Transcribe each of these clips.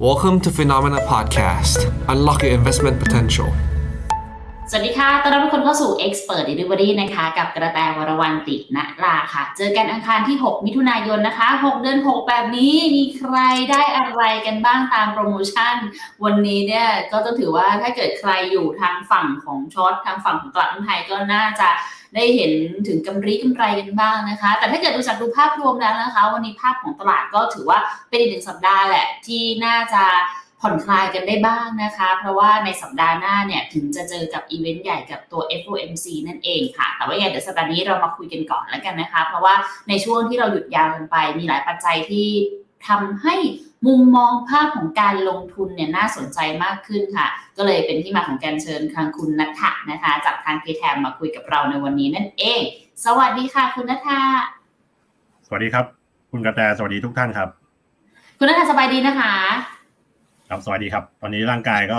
Welcome to Phenomena Podcast. Unlock your investment potential. สวัสดีค่ะต้อนรับทุกคนเข้าสู่ Expert Delivery นะคะกับกระแตวรวรรณติณลาค่ะเจอกันอังคารที่6มิถุนายนนะคะ6เดือน6แบบนี้มีใครได้อะไรกันบ้างตามโปรโมชั่นวันนี้เนี่ยก็จะถือว่าถ้าเกิดใครอยู่ทางฝั่งของช็อตทางฝั่งของตลาดหุ้นไทยก็น่าจะได้เห็นถึงกำไรกันบ้างนะคะแต่ถ้าเกิดดูจากดูภาพรวมแล้วนะคะวันนี้ภาพของตลาดก็ถือว่าเป็นอีกหนึ่งสัปดาห์แหละที่น่าจะผ่อนคลายกันได้บ้างนะคะเพราะว่าในสัปดาห์หน้าเนี่ยถึงจะเจอกับอีเวนต์ใหญ่กับตัว FOMC นั่นเองค่ะแต่ว่าอย่างเดี๋ยวสัปดาห์นี้เรามาคุยกันก่อนแล้วกันนะคะเพราะว่าในช่วงที่เราหยุดยาวกันไปมีหลายปัจจัยที่ทำให้มุมมองภาพของการลงทุนเนี่ยน่าสนใจมากขึ้นค่ะก็เลยเป็นที่มาของการเชิญทางคุณณัฐฐะนะคะจากทาง KTM มาคุยกับเราในวันนี้นั่นเองสวัสดีค่ะคุณณัฐฐะสวัสดีครับคุณกระแตสวัสดีทุกท่านครับคุณณัฐฐะสบายดีนะคะครับสวัสดีครับตอนนี้ร่างกายก็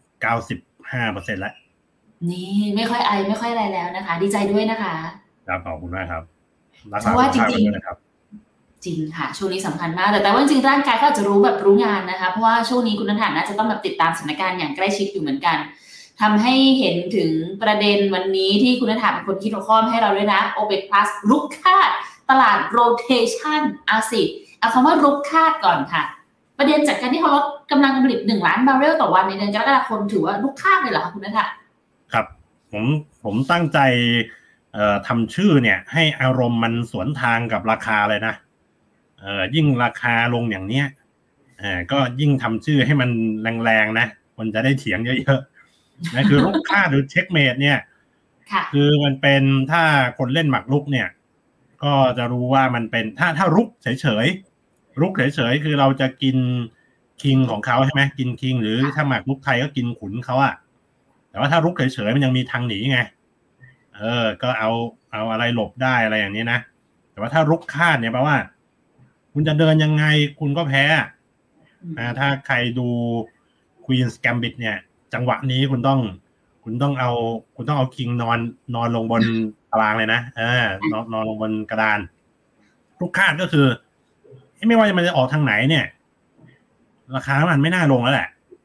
95% แล้วนี่ไม่ค่อยไอไม่ค่อยอะไรแล้วนะคะดีใจด้วยนะคะครับขอบคุณมากครับรักษาสุขภาพด้วยนะครับจริงค่ะช่วงนี้สำคัญมากแต่ว่าจริงร่างกายก็อาจจะรู้แบบรู้งานนะคะเพราะว่าช่วงนี้คุณณัฐฐะน่าจะต้องแบบติดตามสถานการณ์อย่างใกล้ชิดอยู่เหมือนกันทำให้เห็นถึงประเด็นวันนี้ที่คุณณัฐฐะเป็นคนคิดหัวข้อให้เราด้วยนะ OPEC Plus รุกคาดตลาด rotation เอาคำว่ารุกคาดก่อนค่ะประเด็นจากการที่เขาลดกำลังการผลิต1ล้านบาร์เรลต่อวันในเดือนกรกฎาคมถือว่ารุกคาดเลยเหรอคะคุณณัฐฐะครับผมตั้งใจทำชื่อเนี่ยให้อารมณ์มันสวนทางกับราคาเลยนะยิ่งราคาลงอย่างเนี้ยก็ยิ่งทำชื่อให้มันแรงๆนะคนจะได้เถียงเยอะๆนะคือรุกคาดหรือเช็คเมทเนี่ยคือมันเป็นถ้าคนเล่นหมากรุกเนี่ยก็จะรู้ว่ามันเป็นถ้ารุกเฉยๆคือเราจะกินคิงของเขาใช่ไหมกินคิงหรือถ้าหมากรุกไทยก็กินขุนเขาอะแต่ว่าถ้ารุกเฉยๆมันยังมีทางหนีไงก็เอาอะไรหลบได้อะไรอย่างนี้นะแต่ว่าถ้ารุกคาดเนี่ยแปลว่าคุณจะเดินยังไงคุณก็แพ้ถ้าใครดู Queen's Gambit เนี่ยจังหวะนี้คุณต้องเอาคิงนอนลงบนตารางเลยนะนอนลงบนกระดานรุกคาดก็คือไม่ว่ามันจะออกทางไหนเนี่ยราคามันไม่น่าลงแล้วแหละ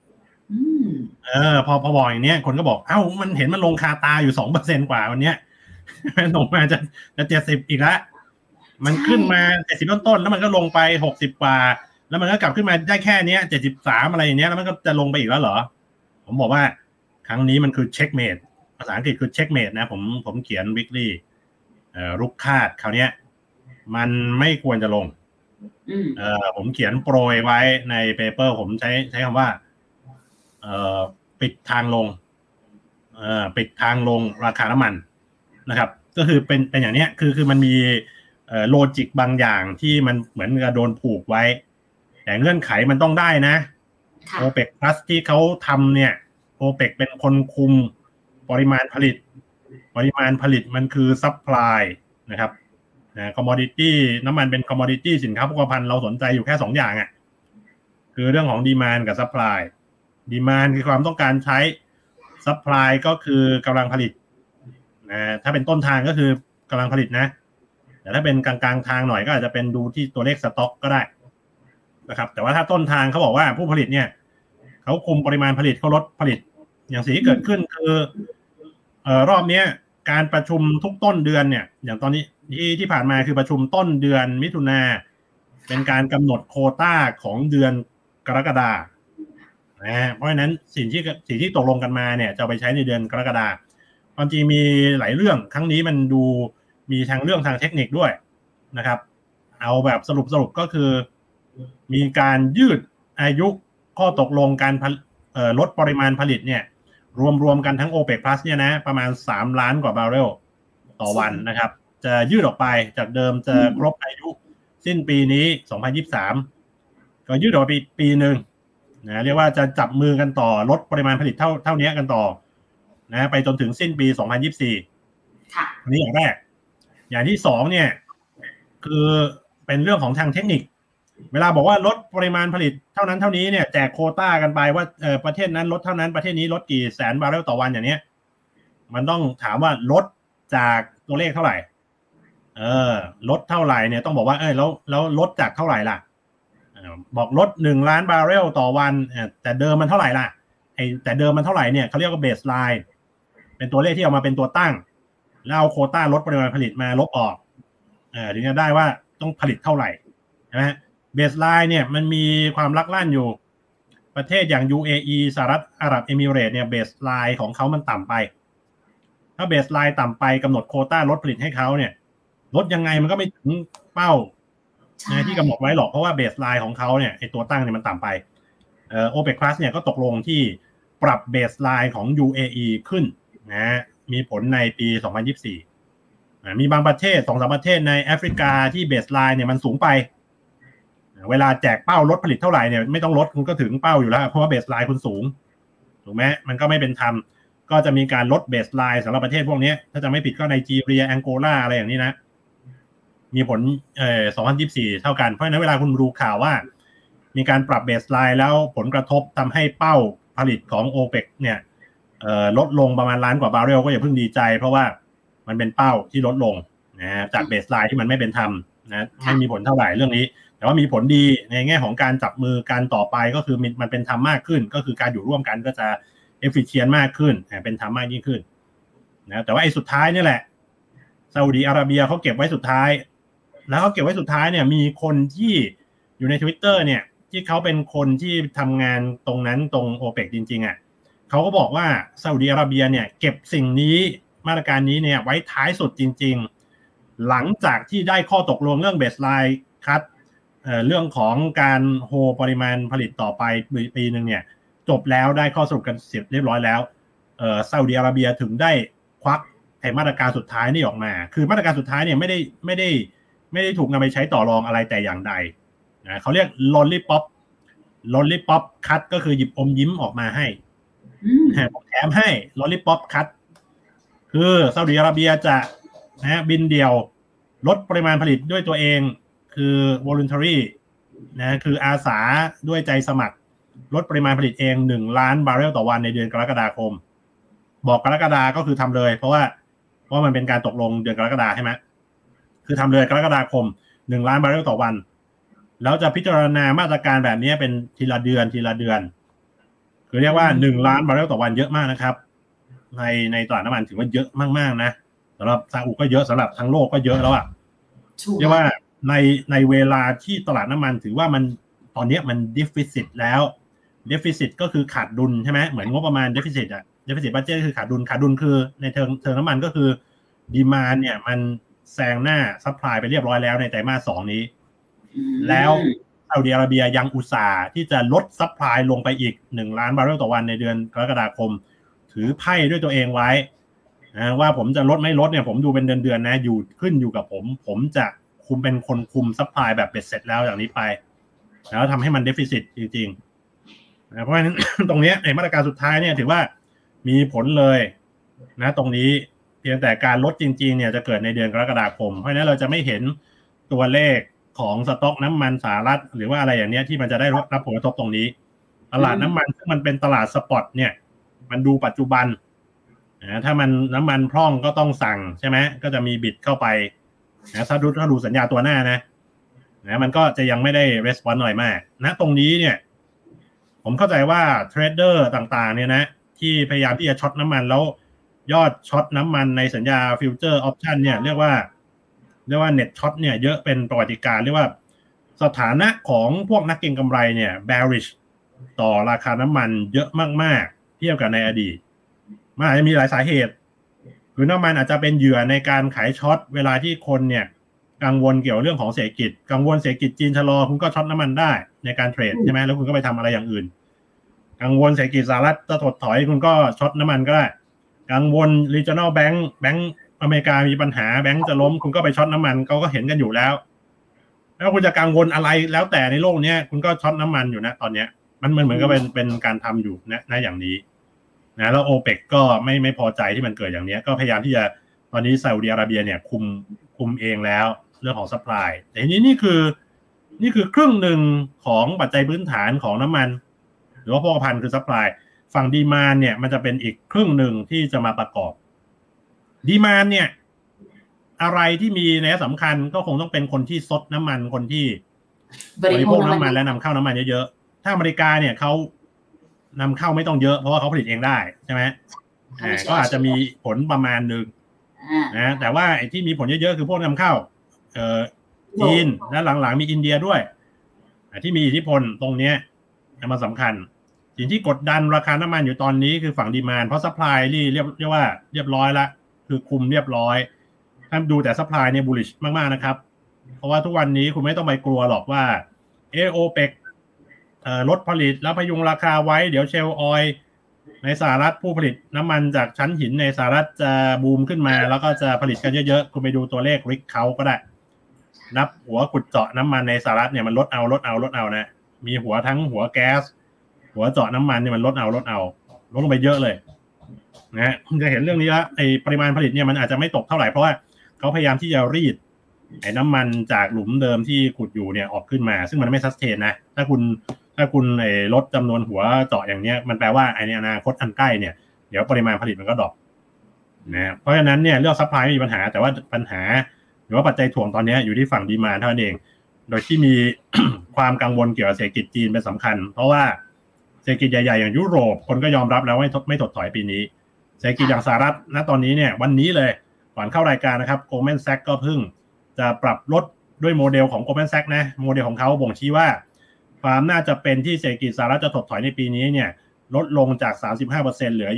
พอบอกอย่างเนี้ยคนก็บอกมันเห็นมันลงคาตาอยู่ 2% กว่าวันเนี้ยลงมาจะ70อีกแล้วมันขึ้นมา70ต้นๆแล้วมันก็ลงไป60กว่าแล้วมันก็กลับขึ้นมาได้แค่เนี้ย73อะไรอย่างเนี้ยแล้วมันก็จะลงไปอีกแล้วเหรอผมบอกว่าครั้งนี้มันคือเช็คเมทภาษาอังกฤษคือเช็คเมทนะผมเขียน weekly รุกคาดคราวเนี้ยมันไม่ควรจะลงผมเขียนโปรยไว้ในเปเปอร์ผมใช้คำว่าปิดทางลงราคาน้ำมันนะครับก็คือเป็นอย่างเนี้ยคือมันมีโลจิกบางอย่างที่มันเหมือนกับโดนผูกไว้แต่เงื่อนไขมันต้องได้นะ OPEC Plus ที่เขาทำเนี่ย OPEC เป็นคนคุมปริมาณผลิตมันคือ supply นะครับcommodity น้ำมันเป็น commodity สินค้าโภคภัณฑ์เราสนใจอยู่แค่2อย่างคือเรื่องของ demand กับ supply demand คือความต้องการใช้ supply ก็คือกำลังผลิตถ้าเป็นต้นทางก็คือกำลังผลิตนะแต่ถ้าเป็นกลางๆทางหน่อยก็อาจจะเป็นดูที่ตัวเลขสต็อกก็ได้นะครับแต่ว่าถ้าต้นทางเขาบอกว่าผู้ผลิตเนี่ยเขาคุมปริมาณผลิตเขาลดผลิตอย่างสิ่งที่เกิดขึ้นคือรอบนี้การประชุมทุกต้นเดือนเนี่ยอย่างตอนนี้ที่ผ่านมาคือประชุมต้นเดือนมิถุนาเป็นการกำหนดโควต้าของเดือนกรกฎาคมเพราะฉะนั้นสิ่งที่ตกลงกันมาเนี่ยจะไปใช้ในเดือนกรกฎาคมความจริงมีหลายเรื่องครั้งนี้มันดูมีทางเรื่องทางเทคนิคด้วยนะครับเอาแบบสรุปก็คือมีการยืดอายุข้อตกลงการลดปริมาณผลิตเนี่ยรวมกันทั้ง OPEC Plus เนี่ยนะประมาณ3ล้านกว่าบาร์เรลต่อวันนะครับจะยืดออกไปจากเดิมจะครบอายุสิ้นปีนี้2023ก็ยืดออกไปปีนึงนะเรียกว่าจะจับมือกันต่อลดปริมาณผลิตเท่านี้กันต่อนะไปจนถึงสิ้นปี2024ค่ะอันนี้อย่างแรกอย่างที่2เนี่ยคือเป็นเรื่องของทางเทคนิคเวลาบอกว่าลดปริมาณผลิตเท่านั้นเท่านี้เนี่ยแจกโควต้ากันไปว่าประเทศนั้นลดเท่านั้นประเทศนี้ลดกี่แสนบาร์เรลต่อวันอย่างเนี้ยมันต้องถามว่าลดจากตัวเลขเท่าไหร่ลดเท่าไหร่เนี่ยต้องบอกว่าแล้วลดจากเท่าไหร่ล่ะบอกลด1ล้านบาร์เรลต่อวันแต่เดิมมันเท่าไหร่ล่ะแต่เดิมมันเท่าไหร่เนี่ยเขาเรียกว่าเบสไลน์เป็นตัวเลขที่เอามาเป็นตัวตั้งแล้วเอาโควต้าลดปริมาณผลิตมาลบออกถึงจะได้ว่าต้องผลิตเท่าไหร่นะฮะเบสไลน์เนี่ยมันมีความลักลั่นอยู่ประเทศอย่าง UAE สหรัฐอาหรับเอมิเรตส์เนี่ยเบสไลน์ของเขามันต่ำไปถ้าเบสไลน์ต่ำไปกำหนดโควต้าลดผลิตให้เขาเนี่ยลดยังไงมันก็ไม่ถึงเป้าที่กำหนดไว้หรอกเพราะว่าเบสไลน์ของเขาเนี่ยไอตัวตั้งเนี่ยมันต่ำไปOPEC Plus เนี่ยก็ตกลงที่ปรับเบสไลน์ของ UAE ขึ้นนะมีผลในปี 2024มีบางประเทศ 2-3 ประเทศในแอฟริกาที่เบสไลน์เนี่ยมันสูงไปเวลาแจกเป้าลดผลิตเท่าไหร่เนี่ยไม่ต้องลดคุณก็ถึงเป้าอยู่แล้วเพราะว่าเบสไลน์คุณสูงถูกไหมมันก็ไม่เป็นธรรมก็จะมีการลดเบสไลน์สำหรับประเทศพวกนี้ถ้าจะไม่ผิดก็ไนจีเรียแองโกลาอะไรอย่างนี้นะมีผล2024เท่ากันเพราะฉะนั้นเวลาคุณดูข่าวว่ามีการปรับเบสไลน์แล้วผลกระทบทำให้เป้าผลิตของ OPEC เนี่ยลดลงประมาณล้านกว่าบาร์เรลก็อย่าเพิ่งดีใจเพราะว่ามันเป็นเป้าที่ลดลงนะจากเบสไลน์ที่มันไม่เป็นธรรมนะไม่มีผลเท่าไหร่เรื่องนี้แต่ว่ามีผลดีในแง่ของการจับมือกันต่อไปก็คือมันเป็นธรรมมากขึ้นก็คือการอยู่ร่วมกันก็จะefficient มากขึ้นเป็นธรรมมากยิ่งขึ้นนะแต่ว่าไอ้สุดท้ายนี่แหละซาอุดิอาระเบียเขาเก็บไว้สุดท้ายแล้วเขาเก็บไว้สุดท้ายเนี่ยมีคนที่อยู่ใน Twitter เนี่ยที่เขาเป็นคนที่ทำงานตรงนั้นตรง OPEC จริงๆเขาก็บอกว่าซาอุดิอาระเบียเนี่ยเก็บสิ่งนี้มาตรการนี้เนี่ยไว้ท้ายสุดจริงๆหลังจากที่ได้ข้อตกลงเรื่องเบสไลน์คัทเรื่องของการโฮปริมาณผลิตต่อไปปีนึงเนี่ยจบแล้วได้ข้อสรุปกันเสร็จเรียบร้อยแล้วซาอุดิอาระเบียถึงได้ควักมาตรการสุดท้ายนี่ออกมาคือมาตรการสุดท้ายเนี่ยไม่ได้ถูกนำไปใช้ต่อรองอะไรแต่อย่างใดนะเขาเรียกlollipop cut ก็คือหยิบอมยิ้มออกมาให้แถมให้ lollipop cut คือซาอุดิอาระเบียจะบินเดี่ยวลดปริมาณผลิตด้วยตัวเองคือ voluntary นะคืออาสาด้วยใจสมัครลดปริมาณผลิตเอง1ล้านบาร์เรลต่อวันในเดือนกรกฎาคมบอกกรกฎาก็คือทำเลยเพราะว่ามันเป็นการตกลงเดือนกรกฎาใช่ไหมคือทำเลยกรกฎาคม1ล้านบาร์เรลต่อวันแล้วจะพิจารณามาตรการแบบนี้เป็นทีละเดือนคือเรียกว่า1ล้านบาร์เรลต่อวันเยอะมากนะครับในตลาดน้ำมันถือว่าเยอะมากๆนะสำหรับซาอุก็เยอะสำหรับทั้งโลกก็เยอะแล้วเรียกว่าในเวลาที่ตลาดน้ำมันถือว่ามันตอนนี้มัน deficit แล้ว deficit ก็คือขาดดุลใช่ไหมเหมือนงบประมาณ deficit deficit budget คือขาดดุลคือในเทิงน้ำมันก็คือ demand เนี่ยมันแซงหน้า supply ไปเรียบร้อยแล้วในไตรมาส 2นี้แล้วซาอุดิอาระเบียยังอุตส่าห์ที่จะลด supply ลงไปอีก1ล้านบาร์เรลต่อวันในเดือนกรกฎาคมถือไพ่ด้วยตัวเองไว้นะว่าผมจะลดไม่ลดเนี่ยผมดูเป็นเดือนนะอยู่กับผมจะคุมเป็นคนคุม supply แบบเบ็ดเสร็จแล้วอย่างนี้ไปแล้วทำให้มัน deficit จริงๆนะเพราะฉะนั้น ตรงนี้ในมาตรการสุดท้ายเนี่ยถือว่ามีผลเลยนะตรงนี้เพียงแต่การลดจริงๆเนี่ยจะเกิดในเดือนกรกฎาคมเพราะฉะนั้นเราจะไม่เห็นตัวเลขของสต็อกน้ำมันสหรัฐหรือว่าอะไรอย่างเนี้ยที่มันจะได้รับผลกระทบตรงนี้ตลาดน้ำมันซึ่งมันเป็นตลาดสปอตเนี่ยมันดูปัจจุบันถ้ามันน้ำมันพร่องก็ต้องสั่งใช่ไหมก็จะมีบิดเข้าไปนะถ้าดูสัญญาตัวหน้านะมันก็จะยังไม่ได้รีสปอนส์หน่อยมากนะตรงนี้เนี่ยผมเข้าใจว่าเทรดเดอร์ต่างๆเนี่ยนะที่พยายามที่จะช็อตน้ำมันแล้วยอดช็อตน้ำมันในสัญญาฟิวเจอร์ออปชั่นเนี่ยเรียกว่าเน็ตช็อตเนี่ยเยอะเป็นประวัติการณ์เรียกว่าสถานะของพวกนักเก็งกำไรเนี่ย bearish ต่อราคาน้ำมันเยอะมากๆเทียบกับในอดีตมันอาจจะมีหลายสาเหตุคือน้ำมันอาจจะเป็นเหยื่อในการขายช็อตเวลาที่คนเนี่ยกังวลเกี่ยวเรื่องของเศรษฐกิจกังวลเศรษฐกิจจีนชะลอคุณก็ช็อตน้ำมันได้ในการเทรดใช่ไหมแล้วคุณก็ไปทำอะไรอย่างอื่นกังวลเศรษฐกิจสหรัฐจะถดถอยคุณก็ช็อตน้ำมันก็ได้กังวล regional bank อเมริกามีปัญหาแบงก์จะล้มคุณก็ไปช็อตน้ำมันเขาก็เห็นกันอยู่แล้วแล้วคุณจะกังวลอะไรแล้วแต่ในโลกนี้คุณก็ช็อตน้ำมันอยู่นะตอนนี้มันเหมือนกับเป็นการทำอยู่นะอย่างนี้นะแล้ว OPEC ก็ไม่พอใจที่มันเกิดอย่างนี้ก็พยายามที่จะตอนนี้ซาอุดิอาระเบียเนี่ยคุมเองแล้วเรื่องของซัพพลายแต่ทีนี้นี่คือครึ่งหนึ่งของปัจจัยพื้นฐานของน้ำมันหรือว่าโภคภัณฑ์คือซัพพลายฝั่งดีมานด์เนี่ยมันจะเป็นอีกครึ่งหนึ่งที่จะมาประกอบดีมานด์เนี่ยอะไรที่มีนัยสำคัญก็คงต้องเป็นคนที่ซดน้ำมันคนที่บริโภคน้ำมันและนำเข้าน้ำมันเยอะๆถ้าอเมริกาเนี่ยเขานำเข้าไม่ต้องเยอะเพราะว่าเขาผลิตเองได้ใช่ไหมก็อาจจะมีผลประมาณนึงนะแต่ว่าไอ้ที่มีผลเยอะๆคือพวกนำเข้าจีนและหลังๆมีอินเดียด้วยที่มีอิทธิพลตรงนี้มันสำคัญสิ่งที่กดดันราคาน้ำมันอยู่ตอนนี้คือฝั่งดีมานด์เพราะซัพพลายนี่เรียกว่าเรียบร้อยละคือคุมเรียบร้อยถ้าดูแต่ซัพพลายเนี่ยบูลลิชมากๆนะครับเพราะว่าทุกวันนี้คุณไม่ต้องไปกลัวหรอกว่าโอเปกลดผลิตแล้วพยุงราคาไว้เดี๋ยวเชลออยล์ในสหรัฐผู้ผลิตน้ำมันจากชั้นหินในสหรัฐจะบูมขึ้นมาแล้วก็จะผลิตกันเยอะๆคุณไปดูตัวเลขริกเขาก็ได้นับหัวขุดเจาะน้ำมันในสหรัฐเนี่ยมันลดเอานะมีหัวทั้งหัวแก๊สหัวเจาะน้ำมันเนี่ยมันลดลงไปเยอะเลยนะคุณจะเห็นเรื่องนี้แล้วไอ้ปริมาณผลิตเนี่ยมันอาจจะไม่ตกเท่าไหร่เพราะว่าเขาพยายามที่จะรีดไอ้น้ำมันจากหลุมเดิมที่ขุดอยู่เนี่ยออกขึ้นมาซึ่งมันไม่ซัสเทนนะถ้าคุณลดจำนวนหัวเจาะอย่างเนี้ยมันแปลว่าไอ้ในอนาคตอันใกล้เนี่ยเดี๋ยวปริมาณผลิตมันก็ดรอปนะเพราะฉะนั้นเนี่ยเรื่องซัพพลายไม่มีปัญหาแต่ว่าปัญหาหรือว่าปัจจัยถ่วงตอนนี้อยู่ที่ฝั่งดีมานด์เท่านั้นเองโดยที่มี ความกังวลเกี่ยวกับเศรษฐกิจจีนเป็นสำคัญเพราะว่าเศรษฐกิจใหญ่ๆอย่างยุโรปคนก็ยอมรับแล้วว่าไม่ถดถอยปีนี้เศรษฐกิจอย่างสหรัฐณตอนนี้เนี่ยวันนี้เลยก่อนเข้ารายการนะครับ Goldman Sachs ก็เพิ่งจะปรับลดด้วยโมเดลของ Goldman Sachs นะโมเดลของเขาบ่งชี้ว่าความน่าจะเป็นที่เศรษฐกิจสหรัฐจะถดถอยในปีนี้เนี่ยลดลงจาก 35% เหลือ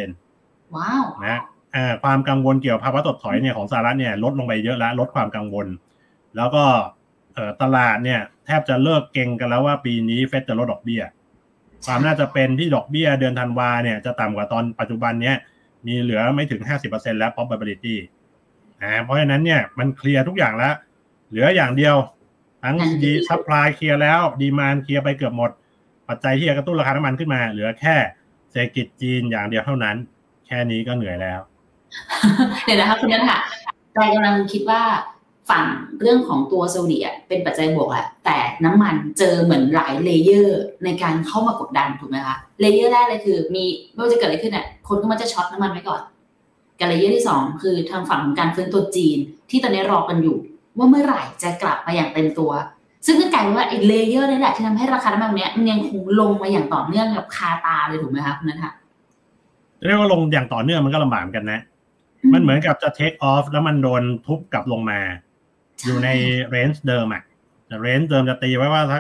25% ว้าวนะความกังวลเกี่ยวกับภาวะถดถอยเนี่ยของสหรัฐเนี่ยลดลงไปเยอะแล้วลดความกังวลแล้วก็ตลาดเนี่ยแทบจะเลิกเก็งกันแล้วว่าปีนี้เฟดจะลดดอกเบี้ยความน่าจะเป็นที่ดอกเบี้ยเดือนธันวาเนี่ยจะต่ำกว่าตอนปัจจุบันเนี้ยมีเหลือไม่ถึง 50% แล้ว probability เพราะฉะนั้นเนี่ยมันเคลียร์ทุกอย่างแล้วเหลืออย่างเดียวทั้งซัพพลายเคลียร์แล้วดีมานด์เคลียร์ไปเกือบหมดปัจจัยที่จะกระตุ้นราคาน้ำมันขึ้นมาเหลือแค่เศรษฐกิจจีนอย่างเดียวเท่านั้นแค่นี้ก็เหนื่อยแล้วเดี๋ยวนะคะคุณนัทค่ะใจกำลังคิดว่าฝั่งเรื่องของตัวซาอุดิเป็นปัจจัยบวกแหละแต่น้ำมันเจอเหมือนหลายเลเยอร์ในการเข้ามากดดันถูกไหมคะเลเยอร์แรกเลยคือมีไม่ว่าจะเกิดอะไรขึ้นเนี่ยคนก็มันจะช็อตน้ำมันไว้ก่อนกับเลเยอร์ที่2คือทางฝั่งของการฟื้นตัวจีนที่ตอนนี้รอกันอยู่ว่าเมื่อไหร่จะกลับมาอย่างเต็มตัวซึ่งก็กลายเป็นว่าไอ้เลเยอร์นี่แหละที่ทำให้ราคาน้ำมันเนี้ยมันยังคงลงมาอย่างต่อเนื่องกับคาตาเลยถูกไหมคะคุณนัทค่ะเรียกว่าลงอย่างต่อเนื่องมันก็ลำบากกันนะมันเหมือนกับจะ take off แล้วมันโดนทุบกลับลงมาอยู่ในเรนจ์เดิมแต่เรนจ์เดิมจะตีไว้ว่าสัก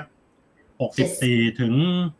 64ถึง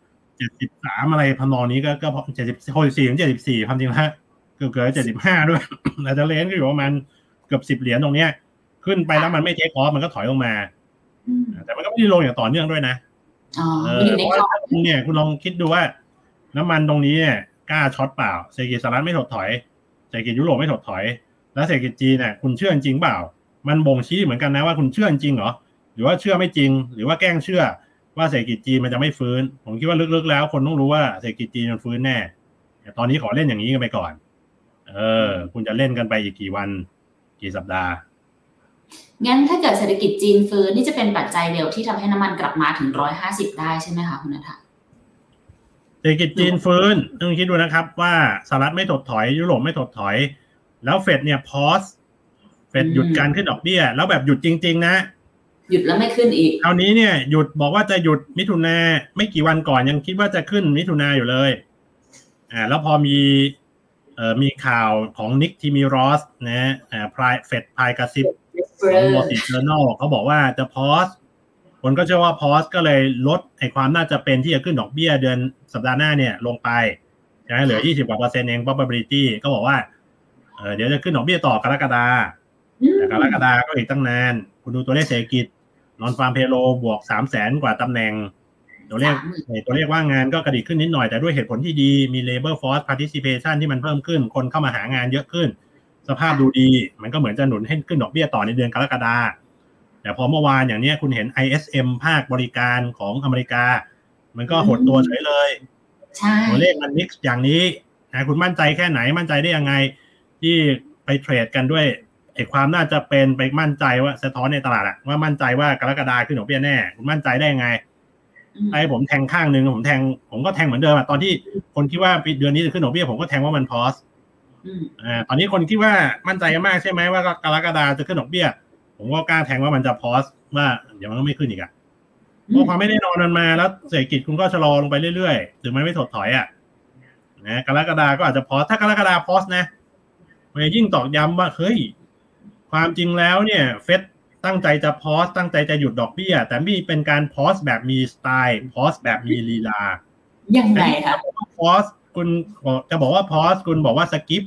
73อะไรพนองนี้ก็64ถึง74ความจริงแล้วเกือบ75ด้วยแต่จะเรนจ์ก็อยู่ประมาณเกือบ10เหรียญตรงเนี้ยขึ้นไปแล้วมันไม่ take off มันก็ถอยลงมาแต่มันก็ไม่ได้ลงอย่างต่อเนื่องด้วยนะเพราะว่าเนี่ยคุณลองคิดดูว่าน้ำมันตรงนี้เนี่ยกล้าช็อตเปล่าเศรษฐกิจสหรัฐไม่ถดถอยเศรษฐกิจยุโรปไม่ถดถอยแล้วเศรษฐกิจจีนเนี่ยคุณเชื่อจริงเปล่ามันบ่งชี้เหมือนกันนะว่าคุณเชื่อจริงเหรอหรือว่าเชื่อไม่จริงหรือว่าแกล้งเชื่อว่าเศรษฐกิจจีนมันจะไม่ฟื้นผมคิดว่าลึกๆแล้วคนต้องรู้ว่าเศรษฐกิจจีนมันฟื้นแน่แต่ตอนนี้ขอเล่นอย่างนี้กันไปก่อนคุณจะเล่นกันไปอีกกี่วันกี่สัปดาห์งั้นถ้าเกิดเศรษฐกิจจีนฟื้นนี่จะเป็นปัจจัยเดียวที่ทำให้น้ำมันกลับมาถึง150ได้ใช่ไหมคะคุณนัทเศรษฐกิจจีนฟื้นต้องคิดดูนะครับว่าสหรัฐไม่ถดถอยยุโรปไม่ถดถอยแล้วเฟดเนี่ยพอสเฟดหยุดการขึ้นดอกเบี้ยแล้วแบบหยุดจริงๆนะหยุดแล้วไม่ขึ้นอีกคราวนี้เนี่ยหยุดบอกว่าจะหยุดมิถุนาไม่กี่วันก่อนยังคิดว่าจะขึ้นมิถุนาอยู่เลยแล้วพอมีข่าวของนิกทิมิรอสนะเฟดพายกระซิบของ Wall Street Journal เขาบอกว่าจะพอสคนก็เชื่อว่าพอสก็เลยลดไอ้ความน่าจะเป็นที่จะขึ้นดอกเบี้ยเดือนสัปดาห์หน้าเนี่ยลงไปใช่ไหมเหลือ20%เอง probability ก็บอกว่าเดี๋ยวจะขึ้นดอกเบี้ยต่อกรกฎาแต่กรกฎาก็อีกตั้งนานคุณดูตัวเลขเศรษฐกิจนอนฟาร์มเพโลบวก 300,000 กว่าตำแหน่งตัวเลขว่างงานก็กระดิกขึ้นนิดหน่อยแต่ด้วยเหตุผลที่ดีมี labor force participation ที่มันเพิ่มขึ้นคนเข้ามาหางานเยอะขึ้นสภาพดูดีมันก็เหมือนจะหนุนให้ขึ้นดอกเบี้ยต่อในเดือนกรกฎาแต่พอเมื่อวานอย่างนี้คุณเห็น ISM ภาคบริการของอเมริกามันก็หดตัวเฉยเลยตัวเลขมันมิกซ์อย่างนี้นะคุณมั่นใจแค่ไหนมั่นใจได้ยังไงที่ไปเทรดกันด้วยไอ้ความน่าจะเป็นไปมั่นใจว่าสะท้อนในตลาดว่ามั่นใจว่ากรกฎาขึ้นดอกเบี้ยแน่คุณมั่นใจได้ยังไงไอ้ผมแทงข้างนึงผมก็แทงเหมือนเดิมตอนที่คนคิดว่าเดือนนี้จะขึ้นดอกเบี้ยผมก็แทงว่ามันพอสตอนนี้คนคิดว่ามั่นใจมากใช่ไหมว่ากรกฎาจะขึ้นดอกเบี้ยผมก็กล้าแทงว่ามันจะพอสว่าเดี๋ยวมันก็ไม่ขึ้นอีกพอความไม่แน่นอนมันมาแล้วเศรษฐกิจคุณก็ชะลอลงไปเรื่อยๆถึงไม่ถดถอยนะกรกฎาก็อาจจะพอถ้ากรกฎาพอสนะมันยิ่งตอกย้ำว่าเฮ้ยความจริงแล้วเนี่ยเฟดตั้งใจจะพอสตั้งใจจะหยุดดอกเบี้ยแต่มีเป็นการพอสแบบมีสไตล์พอสแบบมีลีลายังไงคะพอสคุณจะบอกว่าพอสคุณบอกว่าสกิป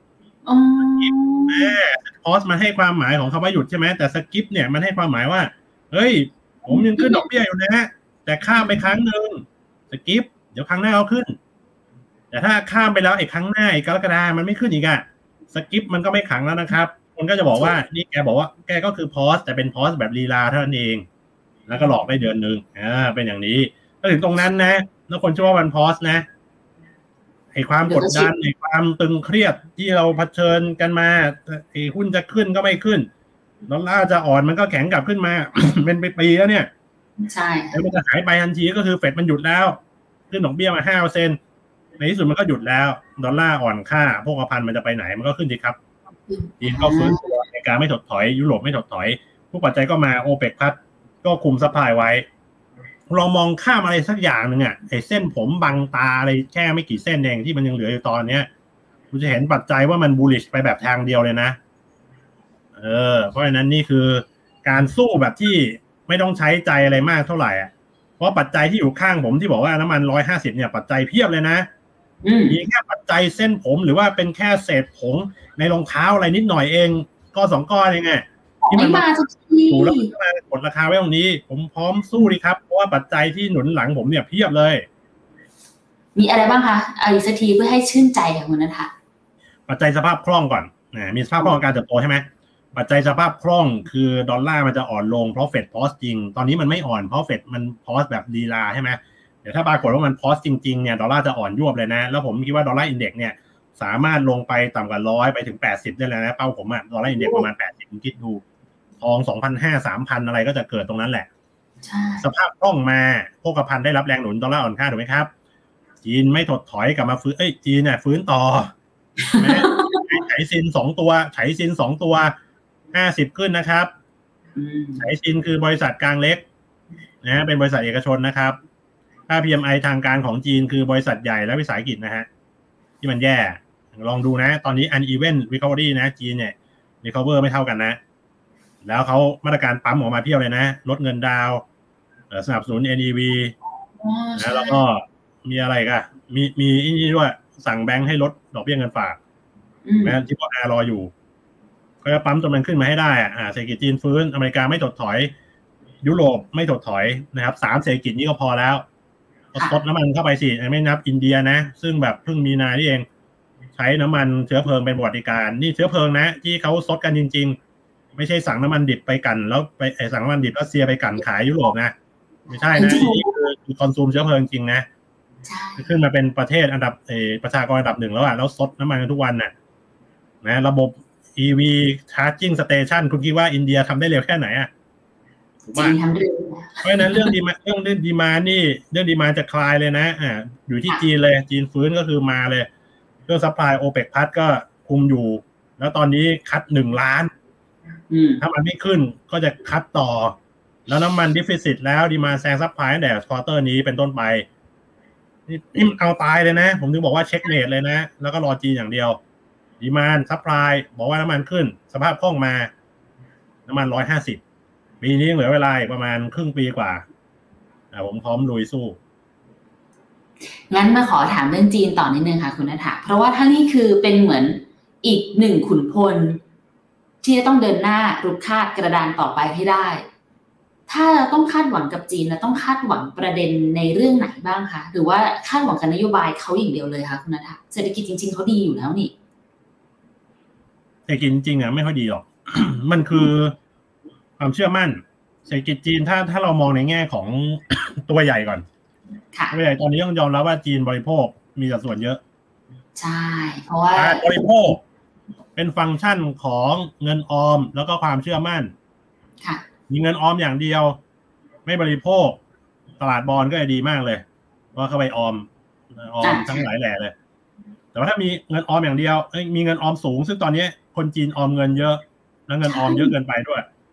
พอสมันให้ความหมายของคำว่าหยุดใช่ไหมแต่สกิปเนี่ยมันให้ความหมายว่าเฮ้ยผมยังขึ้นดอกเบี้ยอยู่นะแต่ข้ามไปครั้งนึงสกิปเดี๋ยวครั้งหน้าเอาขึ้นแต่ถ้าข้ามไปแล้วไอ้ครั้งหน้าไอ้กรกฎามันไม่ขึ้นอีกอะสกิปมันก็ไม่ขังแล้วนะครับคนก็จะบอกว่านี่แกบอกว่าแกก็คือพอสแต่เป็นพอสแบบลีลาเท่านั้นเองแล้วก็หลอกได้เดือนนึงเป็นอย่างนี้ก็ถึงตรงนั้นนะแล้วคนเชื่อว่ามันพอสนะไอ้ความกดดันไอ้ความตึงเครียดที่เราเผชิญกันมาไอ้หุ้นจะขึ้นก็ไม่ขึ้นดอลลาร์จะอ่อนมันก็แข็งกลับขึ้นมา เป็นปีแล้วเนี่ยใช่แล้วมันจะหายไปทันทีก็คือเฟดมันหยุดแล้วขึ้นดอกเบี้ยมา 5% ในที่สุดมันก็หยุดแล้วดอลลาร์อ่อนค่าพวกพันมันจะไปไหนมันก็ขึ้นสิครับจีนก็ฟื้นตัวอเมริกาไม่ถดถอยยุโรปไม่ถดถอยผู้ปัจจัยก็มาโอเปกพัดก็คุมซัพพลายไว้ลองมองข้ามอะไรสักอย่างนึงไอ้เส้นผมบังตาอะไรแค่ไม่กี่เส้นเองที่มันยังเหลืออยู่ตอนเนี้ยคุณจะเห็นปัจจัยว่ามันบูลลิชไปแบบทางเดียวเลยนะเพราะฉะนั้นนี่คือการสู้แบบที่ไม่ต้องใช้ใจอะไรมากเท่าไหร่เพราะปัจจัยที่อยู่ข้างผมที่บอกว่าน้ำมัน150เนี่ยปัจจัยเพียบเลยนะมีแค่ปัจจัยเส้นผมหรือว่าเป็นแค่เศษผงในรองเท้าอะไรนิดหน่อยเองก็2ก้อนเองที่มันมาสักทีถูแล้วก็มากดราคาไว้ตรงนี้ผมพร้อมสู้ดีครับเพราะว่าปัจจัยที่หนุนหลังผมเนี่ยเพียบเลยมีอะไรบ้างคะเอาอีกสักทีเพื่อให้ชื่นใจค่ะคุณนัทปัจจัยสภาพคล่องก่อนมีสภาพคล่องการเติบโตใช่ไหมปัจจัยสภาพคล่องคือดอลลาร์มันจะอ่อนลงเพราะเฟดพอสจริงตอนนี้มันไม่อ่อนเพราะเฟดมันพอสแบบลีลาใช่ไหมเดี๋ยวถ้าปรากฏว่ามันพอสจริงๆเนี่ยดอลลาร์จะอ่อนยวบเลยนะแล้วผมคิดว่าดอลลาร์อินเด็กซ์เนี่ยสามารถลงไปต่ำกว่า100ไปถึง80ได้แล้วนะเป้าผมดอลลาร์อินเด็กซ์ประมาณ80ผมคิดดูทอง 2,500 3,000 อะไรก็จะเกิดตรงนั้นแหละสภาพคล่องมาโภคภัณฑ์ได้รับแรงหนุนดอลลาร์อ่อนค่าถูกไหมครับจีนไม่ถดถอยกลับมาฟื้นจีนเนี่ยฟื้นต่อไฉซิน2ตัวไฉซิน2ตัว50ขึ้นนะครับไฉซินคือบริษัทกลางเล็กนะเป็นบริษัทเอกชนนะครับค่า PMI ทางการของจีนคือบริษัทใหญ่และวิสาหกิจนะฮะที่มันแย่ลองดูนะตอนนี้ uneven recovery นะจีนเนี่ย recover ไม่เท่ากันนะแล้วเขามาตรการปั๊มออกมาเพียบเลยนะลดเงินดาวสนับสนุน NEV นะแล้วก็มีอะไรกันมีนี่ด้วยสั่งแบงค์ให้ลดดอกเบี้ยเงินฝากนะที่พอรออยู่ก็จะปั๊มจนมันขึ้นมาให้ได้เศรษฐกิจจีนฟื้นอเมริกาไม่ถดถอยยุโรปไม่ถดถอยนะครับ3เศรษฐกิจนี้ก็พอแล้วลดน้ำมันเข้าไปสิไม่นับอินเดียนะซึ่งแบบเพิ่งมีนานี่เองใช้น้ำมันเชื้อเพลิงเป็นประวัติการนี่เชื้อเพลิงนะที่เขาซดกันจริงๆไม่ใช่สั่งน้ำมันดิบไปกันแล้วไปสั่งน้ำมันดิบรัสเซียไปกันขายยุโรปนะไม่ใช่นะนี่คือคอนซูมเชื้อเพลิงจริงนะขึ้นมาเป็นประเทศอันดับประชากรอันดับ1แล้วซดน้ำมันกันทุกวันนะระบบ EV charging station คุณคิดว่าอินเดียทำได้เร็วแค่ไหนถูกไหมเพราะฉะนั้นเรื่องดีมานี่เรื่องดีมาจะคลายเลยนะอยู่ที่จีนเลยจีนฟื้นก็คือมาเลยเรื่องซัพพลายโอเปกพัดก็คุมอยู่แล้วตอนนี้คัด1ล้านถ้ามันไม่ขึ้นก็จะคัดต่อแล้วน้ำมันดิฟิซิตแล้วดีมาแซงซัพพลายตั้งแต่ควอเตอร์นี้เป็นต้นไปนี่มันเอาตายเลยนะผมถึงบอกว่าเช็คเมทเลยนะแล้วก็รอจีนอย่างเดียวดีมานด์ซัพพลายบอกว่าน้ำมันขึ้นสภาพคล่องมาน้ำมัน150ปีนี้เหลือเวลาประมาณครึ่งปีกว่าผมพร้อมลุยสู้งั้นมาขอถามเรื่องจีนต่อนิดนึงค่ะคุณณัฐเพราะว่าทั้งนี้คือเป็นเหมือนอีก1ขุนพลที่จะต้องเดินหน้ารุกคาดกระดานต่อไปให้ได้ถ้าเราต้องคาดหวังกับจีนเราต้องคาดหวังประเด็นในเรื่องไหนบ้างคะหรือว่าคาดหวังกับนโยบายเขาอย่างเดียวเลยคะคุณณัฐเศรษฐกิจจริงๆเขาดีอยู่แล้วนี่เศรษฐกิจจริงๆไม่ค่อยดีหรอก มันคือความเชื่อมั่นเศรษฐกิจจีนถ้าเรามองในแง่ของ ตัวใหญ่ก่อนตัวใหญ่ตอนนี้ต้องยอมรับว่าจีนบริโภคมีสัดส่วนเยอะใช่เพราะว่าบริโภคเป็นฟังก์ชันของเงินออมแล้วก็ความเชื่อมั่นมีเงินออมอย่างเดียวไม่บริโภคตลาดบอนด์ก็จะดีมากเลยเพราะเข้าไปออมทั้งหลายแหล่เลยแต่ว่าถ้ามีเงินออมอย่างเดียวมีเงินออมสูงซึ่งตอนนี้คนจีนออมเงินเยอะแล้วเงินออมเยอะเกินไปด้วย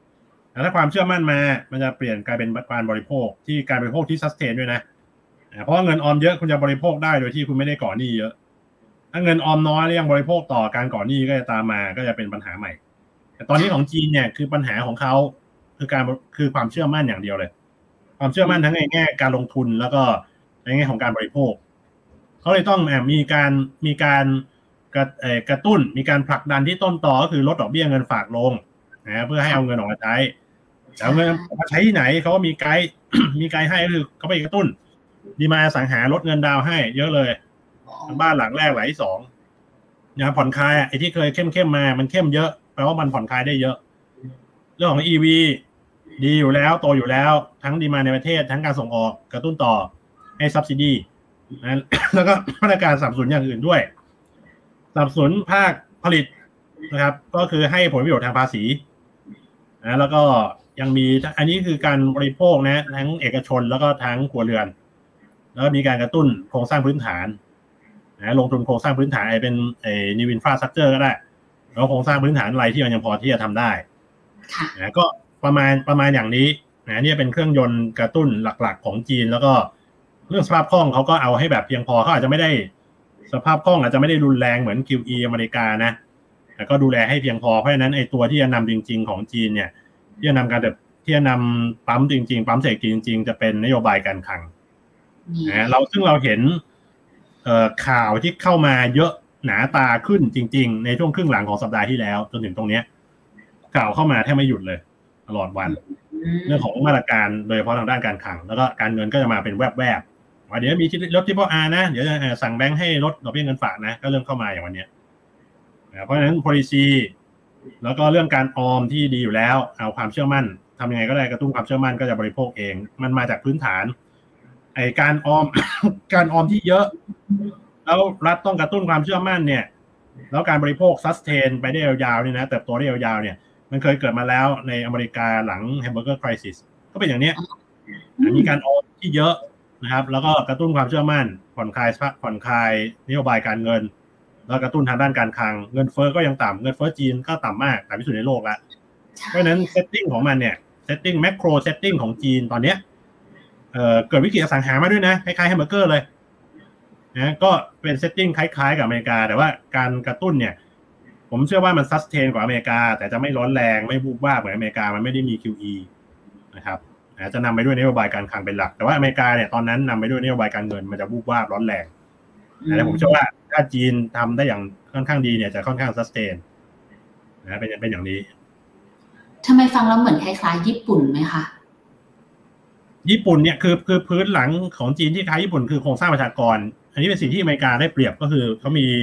ถ้าความเชื่อมั่นมามันจะเปลี่ยนกลายเป็นการบริโภคที่การบริโภคที่ซัสเทนด้วยนะเพราะว่าเงินออมเยอะคุณจะบริโภคได้โดยที่คุณไม่ได้ก่อหนี้เยอะถ้าเงินออมน้อยแล้วยังบริโภคต่อการก่อหนี้ก็จะตามมาก็จะเป็นปัญหาใหม่แต่ตอนนี้ของจีนเนี่ยคือปัญหาของเขาคือความเชื่อมั่นอย่างเดียวเลยความเชื่อมั่นทั้งในแง่การลงทุนแล้วก็ในแง่ของการบริโภคเขาเลยต้องมีการกระตุ้นมีการผลักดันที่ต้นตอก็คือลดดอกเบี้ยเงินฝากลงนะเพื่อให้เอาเงินออกมาใช้แล้วเงินมาใช้ที่ไหนเขาก็มีไกด์มีไกด์ให้คือเขาไปกระตุ้นดีมาสังหาลดเงินดาวให้เยอะเลยบ้านหลังแรกหลังที่สองนะผ่อนคลายไอ้ที่เคยเข้มมามันเข้มเยอะแปลว่ามันผ่อนคลายได้เยอะเรื่องของ EV ดีอยู่แล้วโตอยู่แล้วทั้งดีมาในประเทศทั้งการส่งออกกระตุ้นต่อให้ subsidy นะแล้วก็มาตรการสนับสนุนอย่างอื่นด้วยสนับสนุนภาคผลิตนะครับก็คือให้ผลประโยชน์ทางภาษีนะแล้วก็ยังมีอันนี้คือการบริโภคนะทั้งเอกชนแล้วก็ทั้งครัวเรือนแล้วมีการกระตุ้นโครงสร้างพื้นฐานนะลงทุนโครงสร้างพื้นฐานเป็นnew infrastructure ก็ได้แล้วโครงสร้างพื้นฐานอะไรที่มันยังพอที่จะทำได้นะก็ประมาณอย่างนี้นะนี่เป็นเครื่องยนต์กระตุ้นหลักๆของจีนแล้วก็เรื่องสภาพคล่องเขาก็เอาให้แบบเพียงพอเขาอาจจะไม่ได้สภาพคล่องอาจจะไม่ได้รุนแรงเหมือน QE อเมริกานะแต่ก็ดูแลให้เพียงพอเพราะฉะนั้นไอ้ตัวที่จะนำจริงๆของจีนเนี่ยที่จะนำที่จะนำปั๊มจริงๆปั๊มเศรษฐกิจจริงๆจะเป็นนโยบายการคลังนะซึ่งเราเห็นข่าวที่เข้ามาเยอะหนาตาขึ้นจริงๆในช่วงครึ่งหลังของสัปดาห์ที่แล้วจนถึงตรงนี้ข่าวเข้ามาแทบไม่หยุดเลยตลอดวันเรื่องของมาตรการโดยเฉพาะทางด้านการคลังแล้วก็การเงินก็จะมาเป็นแวบๆว่าเดี๋ยวมีลดTriple Rนะเดี๋ยวจะสั่งแบงค์ให้ลดดอกเบี้ยเงินฝากนะก็เริ่มเข้ามาอย่างวันนี้เพราะฉะนั้น policy แล้วก็เรื่องการออมที่ดีอยู่แล้วเอาความเชื่อมั่นทำยังไงก็ได้กระตุ้นความเชื่อมั่นก็จะบริโภคเองมันมาจากพื้นฐานไอ้การออม การออมที่เยอะแล้วรัฐต้องกระตุ้นความเชื่อมั่นเนี่ยแล้วการบริโภคซัสเทนไปได้ยาวๆนี่นะเติบโตได้ยาวๆเนี่ยมันเคยเกิดมาแล้วในอเมริกาหลังแฮมเบอร์เกอร์ไครซิสก็เป็นอย่างนี้มีการออมที่เยอะนะครับแล้วก็กระตุ้นความเชื่อมั่นผ่อนคลายนโยบายการเงินแล้วกระตุ้นทางด้านการคลังเงินเฟ้อก็ยังต่ำเงินเฟ้อจีนก็ต่ำมากต่ำที่สุดในโลกแล้วเพราะฉะนั้นเซตติ้งของมันเนี่ยเซตติ้งแมคโครเซตติ้งของจีนตอนเนี้ยเกิดวิกฤตอสังหามาด้วยนะคล้ายๆแฮมเบอร์เกอร์เลยนะก็เป็นเซตติ้งคล้ายๆกับอเมริกาแต่ว่าการกระตุ้นเนี่ยผมเชื่อว่ามันซัสเทนกว่าอเมริกาแต่จะไม่ร้อนแรงไม่บูบบ้าเหมือนอเมริกามันไม่ได้มี QE นะครับจะนำไปด้วยนโยบายการคลังเป็นหลักแต่ว่าอเมริกาเนี่ยตอนนั้นนำไปด้วยนโยบายการเงินมันจะบูบบ้าร้อนแรงแต่ผมเชื่อว่าถ้าจีนทำได้อย่างค่อนข้างดีเนี่ยจะค่อนข้างซัสเทนนะเป็นอย่างนี้ทำไมฟังแล้วเหมือนคล้ายๆญี่ปุ่นไหมคะญี่ปุ่นเนี่ยคือพื้นหลังของจีนที่คล้ายญี่ปุ่นคือโครงสร้างประชากรอันนี้เป็นสิ่งที่อเมริกาได้เปรียบก็คือเขามี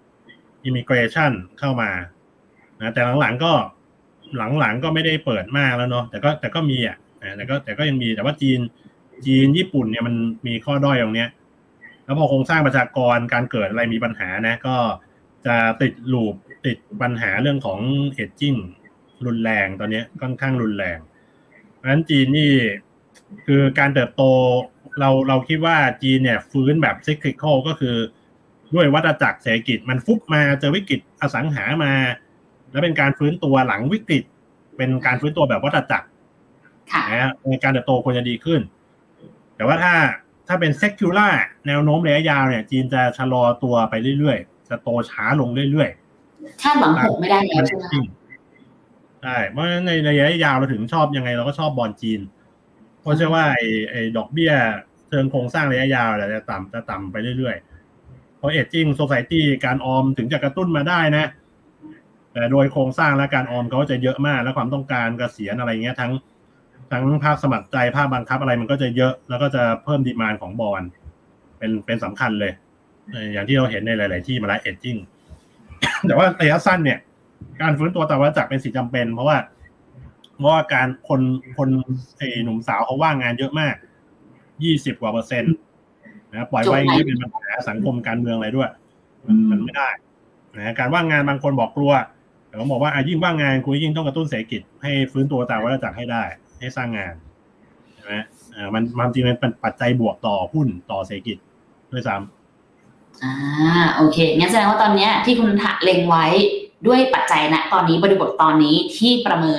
immigration เข้ามานะแต่หลังๆก็ไม่ได้เปิดมากแล้วเนาะแต่ก็มีแต่ก็ยังมีแต่ว่าจีนญี่ปุ่นเนี่ยมันมีข้อด้อยตรงเนี้ยแล้วพอโครงสร้างประชากรการเกิดอะไรมีปัญหานะก็จะติดปัญหาเรื่องของ aging รุนแรงตอนนี้ค่อนข้างรุนแรงเพราะฉะนั้นจีนนี่คือการเติบโตเราคิดว่าจีนเนี่ยฟื้นแบบ cyclical ก็คือด้วยวัฏจักรเศรษฐกิจมันฟุบมาเจอวิกฤตอสังหามาแล้วเป็นการฟื้นตัวหลังวิกฤตเป็นการฟื้นตัวแบบวัฏจักรนะการเติบโตควรจะดีขึ้นแต่ว่าถ้าเป็น secular แนวโน้มระยะยาวเนี่ยจีนจะชะลอตัวไปเรื่อยๆจะโตช้าลงเรื่อยๆคาดหวัง6ไม่ได้แล้วใช่ไหมใช่เพราะฉะนั้นในระยะยาวเราถึงชอบยังไงเราก็ชอบบอนด์จีนเพราะเชื่อว่าไอ้ดอกเบี้ยเชิงโครงสร้างระยะยาวจะต่ำไปเรื่อยๆเพราะ aging society การออมถึงจะกระตุ้นมาได้นะแต่โดยโครงสร้างและการออมเขาจะเยอะมากและความต้องการเกษียณอะไรเงี้ยทั้งภาคสมัครใจภาคบังคับอะไรมันก็จะเยอะแล้วก็จะเพิ่มดีมานด์ของบอนด์เป็นสำคัญเลยอย่างที่เราเห็นในหลายๆที่มาแล้ว aging แต่ว่าระยะสั้นเนี่ยการฟื้นตัวตามวัฏจักรเป็นสิ่งจำเป็นเพราะว่าการคนหนุ่มสาวเขาว่างงานเยอะมาก20%กว่านะปล่อยไว้อย่างนี้เป็นปัญหาสังคมการเมืองอะไรด้วยมันไม่ได้นะการว่างงานบางคนบอกกลัวแต่ผมบอกว่ายิ่งว่างงานคุณยิ่งต้องกระตุ้นเศรษฐกิจให้ฟื้นตัวตามวัฏจักรให้ได้ให้สร้างงานใช่ไหมมันจริงๆเป็นปัจจัยบวกต่อหุ้นต่อเศรษฐกิจด้วยซ้ำโอเคงั้นแสดงว่าตอนนี้ที่คุณเล็งไว้ด้วยปัจจัยนะตอนนี้บริบทตอนนี้ที่ประเมิน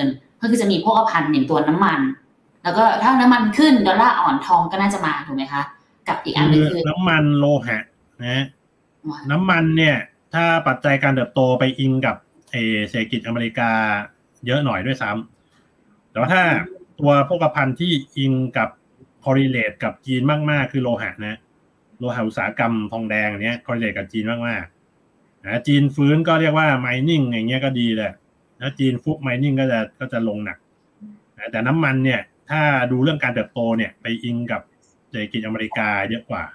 ก็คือจะมีโภคภัณฑ์อย่างตัวน้ำมันแล้วก็ถ้าน้ำมันขึ้นดอลลาร์อ่อนทองก็น่าจะมาถูกไหมคะกับอีกอันนึงคือน้ำมันโลหะนะน้ำมันเนี่ยถ้าปัจจัยการเติบโตไปอิงกับเศรษฐกิจอเมริกาเยอะหน่อยด้วยซ้ำแต่ว่าถ้าตัวโภคภัณฑ์ที่อิงกับ correlate กับจีนมากๆคือโลหะนะโลหะอุตสาหกรรมทองแดงเนี้ย correlate กับจีนมากๆนะจีนฟื้นก็เรียกว่า mining อย่างเงี้ยก็ดีเลยแล้วจีนฟุบ mining ก็จะลงหนักนะแต่น้ำมันเนี่ยถ้าดูเรื่องการเติบโตเนี่ยไปอิงกับเศรษฐกิจอเมริกาเยอะกว่า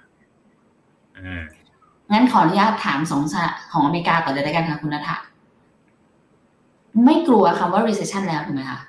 งั้นขออนุญาตถามของอเมริกาก่อนเลยได้กันค่ะคุณณฐาไม่กลัวคำว่า recession แล้วถูกไหมคะ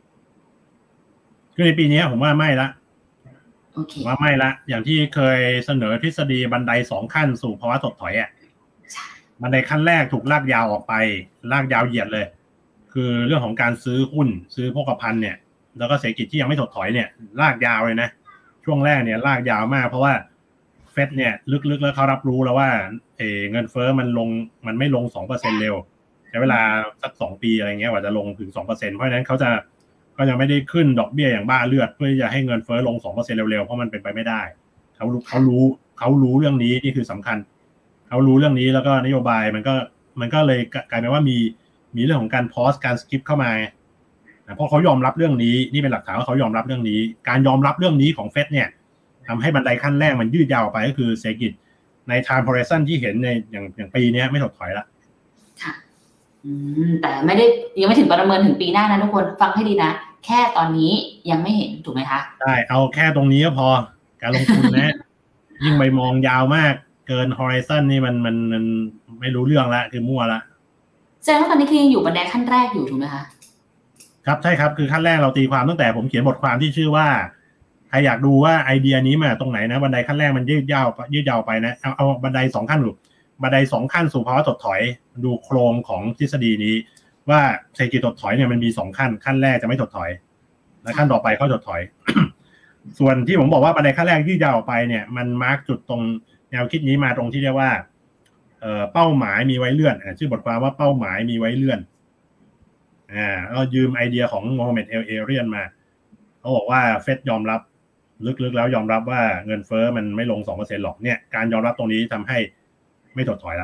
คือในปีนี้ผมว่าไม่ละว่าไม่ละอย่างที่เคยเสนอทฤษฎีบันได2ขั้นสู่ภาวะถดถอยอ่ะบันไดขั้นแรกถูกลากยาวออกไปลากยาวเหยียดเลยคือเรื่องของการซื้อหุ้นซื้อโภคภัณฑ์เนี่ยแล้วก็เศรษฐกิจที่ยังไม่ถดถอยเนี่ยลากยาวเลยนะช่วงแรกเนี่ยลากยาวมากเพราะว่าเฟดเนี่ยลึกๆแล้วเขารับรู้แล้วว่าเงินเฟ้อมันไม่ลง 2% เร็วใช้เวลาสัก2ปีอะไรเงี้ยกว่าจะลงถึง 2% เพราะฉะนั้นก็จะไม่ได้ขึ้นดอกเบี้ยอย่างบ้าเลือดเพื่อจะให้เงินเฟ้อลง 2% เร็วๆเพราะมันเป็นไปไม่ได้เขารู้เรื่องนี้นี่คือสำคัญเขารู้เรื่องนี้แล้วก็นโยบายมันก็เลยกลายเป็นว่ามีเรื่องของการพอสการสกิปเข้ามาเพราะเขายอมรับเรื่องนี้นี่เป็นหลักฐานว่าเขายอมรับเรื่องนี้การยอมรับเรื่องนี้ของเฟดเนี่ยทำให้บันไดขั้นแรกมันยืดยาวไปก็คือเศรษฐกิจใน time horizon ที่เห็นในอย่างปีนี้ไม่ถดถอยละค่ะแต่ยังไม่ถึงประเมินถึงปีหน้านะทุกคนฟังให้ดีนะแค่ตอนนี้ยังไม่เห็นถูกไหมคะใช่เอาแค่ตรงนี้ก็พอการลงทุนนะ ยิ่งไปมองยาวมากเกิน horizon นี่มันไม่รู้เรื่องละคือมั่วละแสดงว่าตอนนี้คือยังอยู่บันไดขั้นแรกอยู่ถูกไหมคะครับใช่ครับคือขั้นแรกเราตีความตั้งแต่ผมเขียนบทความที่ชื่อว่าใครอยากดูว่าไอเดียนี้มาตรงไหนนะบันไดขั้นแรกมันยืดยาวไปนะเอาบันได2ขั้นบันได2ขั้นสู่ภาวะถดถอยดูโครงของทฤษฎีนี้ว่าเศรษฐกิจถดถอยเนี่ยมันมี2ขั้นแรกจะไม่ถดถอยและขั้นต่อไปเขาถดถอย ส่วนที่ผมบอกว่าบันไดขั้นแรกยืดยาวไปเนี่ยมันมาร์กจุดตรงแนวคิดนี้มาตรงที่เรียกว่าเป้าหมายมีไว้เลื่อนชื่อบทความว่าเป้าหมายมีไว้เลื่อนเรายืมไอเดียของโมฮัมเหม็ดเอเรียนมาเขาบอกว่าเฟดยอมรับลึกๆแล้วยอมรับว่าเงินเฟ้อมันไม่ลง 2% หรอกเนี่ยการยอมรับตรงนี้ทำให้ไม่ถดถอยละ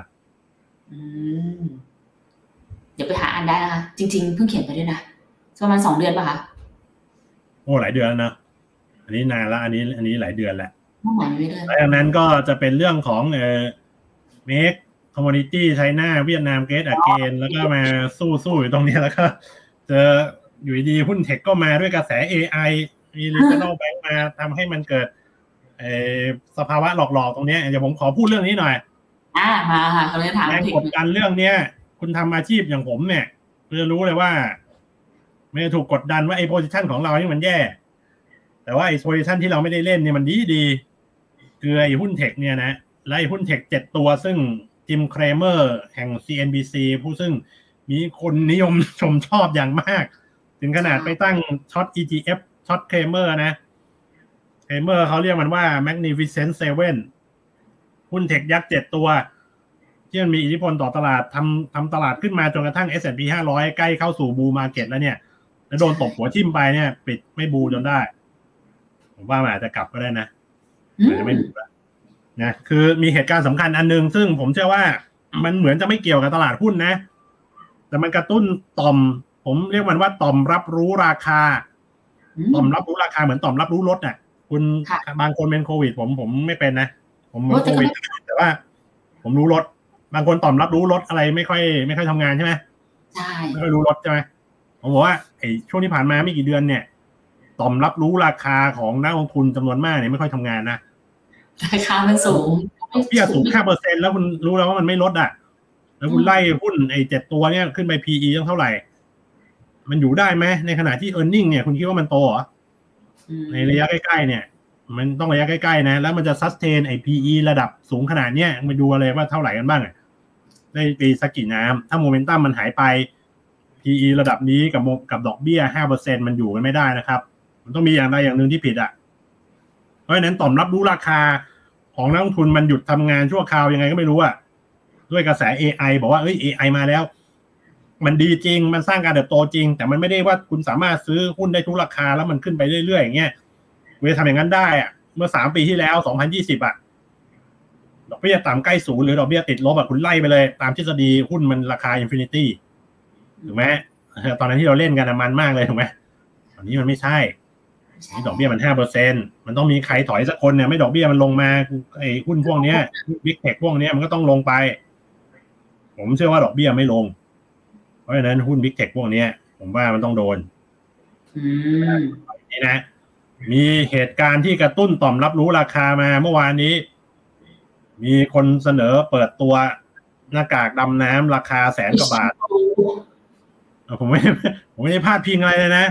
เดี๋ยวไปหาอ่านได้นะคะจริงๆเพิ่งเขียนไปด้วยนะประมาณ2 เดือนป่ะคะโอ้หลายเดือนแล้วนะอันนี้นานแล้วอันนี้หลายเดือนแล้วหมายไม่ได้แล้วจากนั้นก็จะเป็นเรื่องของmake commodity China เวียดนาม Great Again แล้วก็มาสู้อยู่ตรงนี้แล้วก็เจออยู่ดีหุ้นเทคก็มาด้วยกระแส AI มี regional bank มาทำให้มันเกิดสภาวะหลอกๆตรงนี้เดี๋ยวผมขอพูดเรื่องนี้หน่อยมาค่ะเขาเลยถามแรงกดดันเรื่องนี้คุณทำอาชีพอย่างผมเนี่ยจะรู้เลยว่าไม่ถูกกดดันว่าไอ้ position ของเรานี่มันแย่แต่ว่าไอ้ position ที่เราไม่ได้เล่นเนี่ยมันดีคือไอ้หุ้นเทคเนี่ยนะและไอ้หุ้นเทค7ตัวซึ่งจิมเครเมอร์แห่ง CNBC ผู้ซึ่งมีคนนิยมชมชอบอย่างมากถึงขนาดไปตั้งช็อต ETF ช็อตเครเมอร์นะเครเมอร์เขาเรียกมันว่า Magnificent Seven หุ้นเทคยักษ์7ตัวที่มันมีอิทธิพลต่อตลาดทำตลาดขึ้นมาจนกระทั่ง S&P 500ใกล้เข้าสู่บูมมาร์เก็ตแล้วเนี่ยแล้วโดนตบหัวทิ่มไปเนี่ยปิดไม่บูจนได้ผมว่ามันอาจจะกลับก็ได้นะอาจจะไม่บูแล้วนะคือมีเหตุการณ์สำคัญอันนึงซึ่งผมเชื่อว่ามันเหมือนจะไม่เกี่ยวกับตลาดหุ้นนะแต่มันกระตุ้นต่อมผมเรียกมันว่าต่อมรับรู้ราคาต่อมรับรู้ราคาเหมือนต่อมรับรู้รถน่ะคุณบางคนเป็นโควิดผมไม่เป็นนะผมโควิดแต่ว่าผมรู้รถบางคนต่อมรับรู้รถอะไรไม่ค่อยทำงานใช่ไหมใช่ไม่ค่อยรู้รถใช่ไหมผมบอกว่าไอ้ช่วงที่ผ่านมาไม่กี่เดือนเนี่ยต่อมรับรู้ราคาของนักลงทุนจำนวนมากเนี่ยไม่ค่อยทำงานนะราคามันสูงเบี้ยสูง 5% แล้วคุณรู้แล้วว่ามันไม่ลดอ่ะแล้วคุณไล่หุ้นไอ้7ตัวเนี่ยขึ้นไป PE ตั้งเท่าไหร่มันอยู่ได้ไหมในขณะที่ earning เนี่ยคุณคิดว่ามันโตเหรอในระยะใกล้ๆเนี่ยมันต้องระยะใกล้ๆนะแล้วมันจะ sustain ไอ้ PE ระดับสูงขนาดเนี้ยมาดูอะไรว่าเท่าไหร่กันบ้างอ่ะได้ปีสักกี่น้ำถ้าโมเมนตัมมันหายไป PE ระดับนี้กับดอกเบี้ย 5% มันอยู่กันไม่ได้นะครับมันต้องมีอย่างใดอย่างหนึ่งที่ผิดอ่ะเพราะฉะนั้นต่อมรับรู้ราคาของนักลงทุนมันหยุดทำงานชั่วคราวยังไงก็ไม่รู้อ่ะด้วยกระแส AI บอกว่าAI มาแล้วมันดีจริงมันสร้างการเติบโตจริงแต่มันไม่ได้ว่าคุณสามารถซื้อหุ้นได้ทุกราคาแล้วมันขึ้นไปเรื่อยๆอย่างเงี้ยคุณจะทำอย่างนั้นได้อะเมื่อ3 ปีที่แล้ว2020ดอกเบี้ยต่ำใกล้ศูนย์หรือดอกเบี้ยติดลบคุณไล่ไปเลยตามทฤษฎีหุ้นมันราคาอินฟินิตี้ถูกไหมตอนนั้นที่เราเล่นกันมันมากเลยถูกไหมตอนนี้มันไม่ใช่ดอกเบี้ยมัน 5% มันต้องมีใครถอยสักคนเนี่ยไม่ดอกเบี้ยมันลงมาไอ้หุ้นพวกนี้บิ๊กเทคพวกนี้มันก็ต้องลงไปผมเชื่อว่าดอกเบี้ยไม่ลงเพราะฉะนั้นหุ้นบิ๊กเทคพวกนี้ผมว่ามันต้องโดนนี่นะมีเหตุการณ์ที่กระตุ้นต่อมรับรู้ราคามาเมื่อวานนี้มีคนเสนอเปิดตัวหน้ากากดำน้ำราคา100,000 กว่าบาทผมไม่ได้พลาดพิงอะไรเลยนะ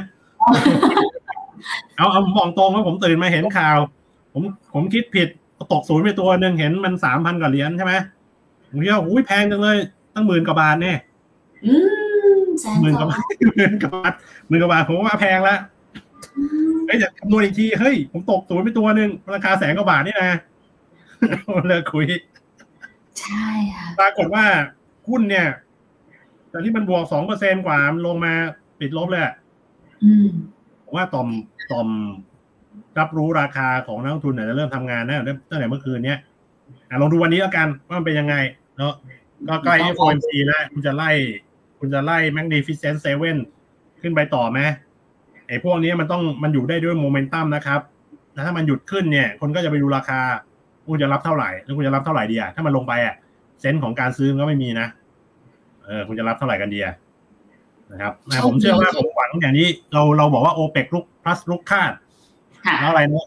เอามองตรงว่าผมตื่นมาเห็นข่าวผมคิดผิดตกศูนย์ไปตัวนึงเห็นมัน 3,000 กว่าเหรียญใช่ไหมผมคิดว่าอุ้ยแพงจังเลยตั้ง10,000 กว่าบาทเนี่ย10,000 กว่าบาท10,000 กว่าบาทผมว่าแพงแล้วเฮ้ยจะคำนวณอีกทีเฮ้ยผมตกศูนย์ไปตัวนึงราคา100,000 กว่าบาทนี่นะเลิกคุยใช่ค่ะปรากฏว่าหุ้นเนี่ยแต่ที่มันบวก 2% กว่ามันลงมาปิดลบเลยผมว่าต่อมรับรู้ราคาของนักลงทุนเนี่ยจะเริ่มทำงานนะตั้งแต่เมื่อคืนนี้ลองดูวันนี้แล้วกันว่ามันเป็นยังไงเนาะก็ใกล้ FOMC แล้วคุณจะไล่ Magnificent 7ขึ้นไปต่อไหมไอ้พวกนี้มันอยู่ได้ด้วยโมเมนตัมนะครับถ้ามันหยุดขึ้นเนี่ยคนก็จะไปดูราคาคุณจะรับเท่าไหร่แล้วคุณจะรับเท่าไหร่ดีถ้ามันลงไปเซนส์ของการซื้อก็ไม่มีนะคุณจะรับเท่าไหร่กันดีนะครับผมเชื่อว่าผมหวังอย่างนี้เราบอกว่า OPEC ลุก plus ลุกคาดแล้วอะไรนะ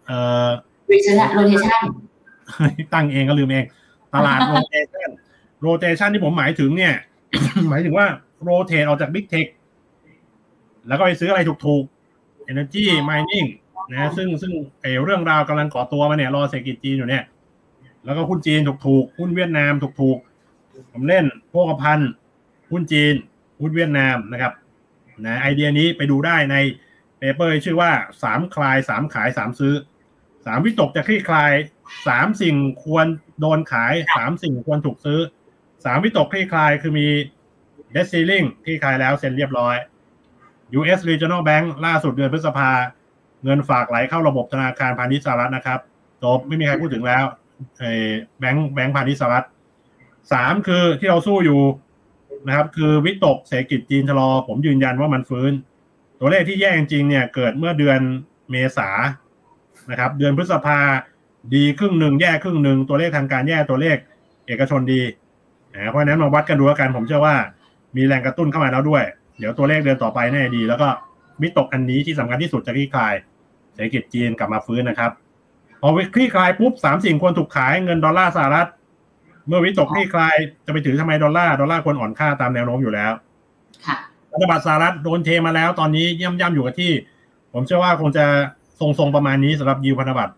rotation ตั้งเองก็ลืมเองตลาด rotation ที่ผมหมายถึงเนี่ย หมายถึงว่า rotate ออกจาก Big Tech แล้วก็ไปซื้ออะไรถูกๆ Energy Mining นะซึ่งเรื่องราวกำลังก่อตัวมาเนี่ยรอเศรษฐกิจจีนอยู่เนี่ยแล้วก็หุ้นจีนถูกๆหุ้นเวียดนามถูกๆผมเล่นโภคภัณฑ์หุ้นจีนหุ้นเวียดนามนะครับนะไอเดียนี้ไปดูได้ในเปเปอร์ชื่อว่า3คลาย3ขาย3ซื้อ3วิตกจะคลี่คลาย3สิ่งควรโดนขาย3สิ่งควรถูกซื้อ3วิตกคลี่คลายคือมี debt ceiling คลี่คลายแล้วเซ็นเรียบร้อย US Regional Bank ล่าสุดเดือนพฤษภาเงินฝากไหลเข้าระบบธนาคารพาณิชย์สหรัฐนะครับจบไม่มีใครพูดถึงแล้วแบงค์พาณิชย์สหรัฐ3คือที่เราสู้อยู่นะครับคือวิตกเศรษฐกิจจีนชะลอผมยืนยันว่ามันฟื้นตัวเลขที่แย่จริงๆเนี่ยเกิดเมื่อเดือนเมษานะครับเดือนพฤษภาดีครึ่งนึงแย่ครึ่งนึงตัวเลขทางการแย่ตัวเลขเอกชนดีเพราะฉะนั้นมาวัดกันดูกันผมเชื่อว่ามีแรงกระตุ้นเข้ามาแล้วด้วยเดี๋ยวตัวเลขเดือนต่อไปแน่ดีแล้วก็วิตกอันนี้ที่สำคัญที่สุดจะคลี่คลายเศรษฐกิจจีนกลับมาฟื้นนะครับพอคลี่คลายปุ๊บ3สิ่งควรถูกขายเงินดอลลาร์สหรัฐเมื่อวิตกคลี่คลายจะไปถือทำไมดอลลาร์ควรอ่อนค่าตามแนวโน้มอยู่แล้วพันธบัตรสหรัฐโดนเทมาแล้วตอนนี้ย่ำอยู่กับที่ผมเชื่อว่าคงจะทรงประมาณนี้สำหรับยิวพันธบัตร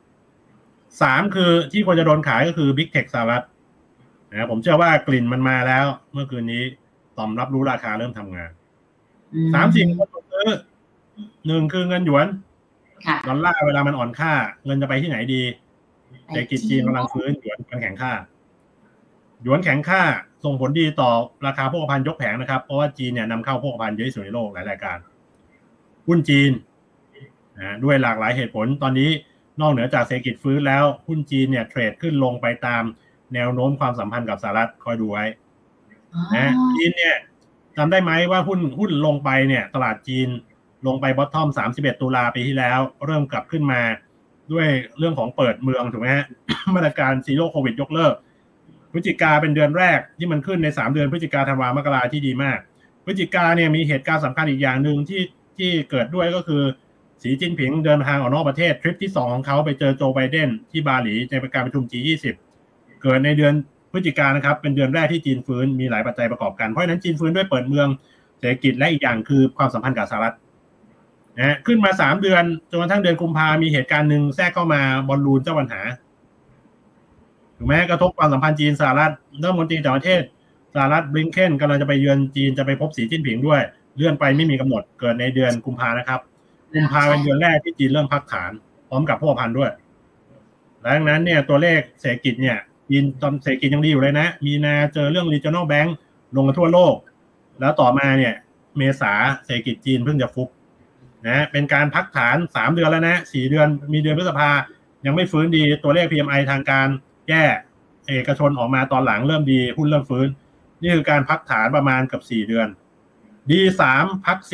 3คือที่ควรจะโดนขายก็คือบิ๊กเทคสหรัฐผมเชื่อว่ากลิ่นมันมาแล้วเมื่อคืนนี้ต่อมรับรู้ราคาเริ่มทำงาน3สิ่งควรถูกซื้อ1คือเงินหยวนดอลลาร์เวลามันอ่อนค่าเงินจะไปที่ไหนดีเศรษฐกิจจีนกำลังฟื้นหยวนแข็งค่าหยวนแข็งค่าส่งผลดีต่อราคาโภคภัณฑ์ยกแผงนะครับเพราะว่าจีนเนี่ยนำเข้าโภคภัณฑ์เยอะที่สุดในโลกหลายรายการหุ้นจีนด้วยหลากหลายเหตุผลตอนนี้นอกเหนือจากเศรษฐกิจฟื้นแล้วหุ้นจีนเนี่ยเทรดขึ้นลงไปตามแนวโน้มความสัมพันธ์กับสหรัฐคอยดูไว้จีนเนี่ยจำได้ไหมว่าหุ้นลงไปเนี่ยตลาดจีนลงไปบอททอม31 ตุลาปีที่แล้วเริ่มกลับขึ้นมาด้วยเรื่องของเปิดเมืองถูกไหมฮะ มาตรการซีโร่โควิดยกเลิกพฤศจิกาเป็นเดือนแรกที่มันขึ้นใน3เดือนพฤศจิกาธันวามกราที่ดีมากพฤศจิกาเนี่ยมีเหตุการณ์สำคัญอีกอย่างนึงที่เกิดด้วยก็คือสีจิ้นผิงเดินทางออกนอกประเทศทริปที่2ของเขาไปเจอโจไบเดนที่บาหลีในการประชุม G20 เกิดในเดือนพฤศจิกายนนะครับเป็นเดือนแรกที่จีนฟื้นมีหลายปัจจัยประกอบกันเพราะฉะนั้นจีนฟื้นด้วยเปิดเมืองเศรษฐกิจและอีกอย่างคือความสัมพันธ์กับสหรัฐขึ้นมา3เดือนจนกระทั่งเดือนกุมภามีเหตุการณ์นึงแทรกเข้ามาบอลลูนเจ้าปัญหาถูกไหมกระทบความสัมพันธ์จีนสหรัฐรัฐมนตรีต่างประเทศสหรัฐบลิงเคนกำลังจะไปเยือนจีนจะไปพบสีจิ้นผิงด้วยเลื่อนไปไม่มีกำหนดเกิดในเดือนกุมภานะครับกุมภาเป็นเดือนแรกที่จีนเริ่มพักฐานพร้อมกับโภคภัณฑ์ด้วยดังนั้นเนี่ยตัวเลขเศรษฐกิจเนี่ยจีนตอนเศรษฐกิจยังดีอยู่เลยนะมีนาเจอเรื่อง regional bank ลงกันทั่วโลกแล้วต่อมาเนี่ยเมษาเศรษฐกิจจีนเพิ่งจะฟุบนะเป็นการพักฐาน3เดือนแล้วนะ4เดือนมีเดือนพฤษภายังไม่ฟื้นดีตัวเลข PMI ทางการแย่เอกชนออกมาตอนหลังเริ่มดีหุ้นเริ่มฟื้นนี่คือการพักฐานประมาณกับ4เดือน D3 พัก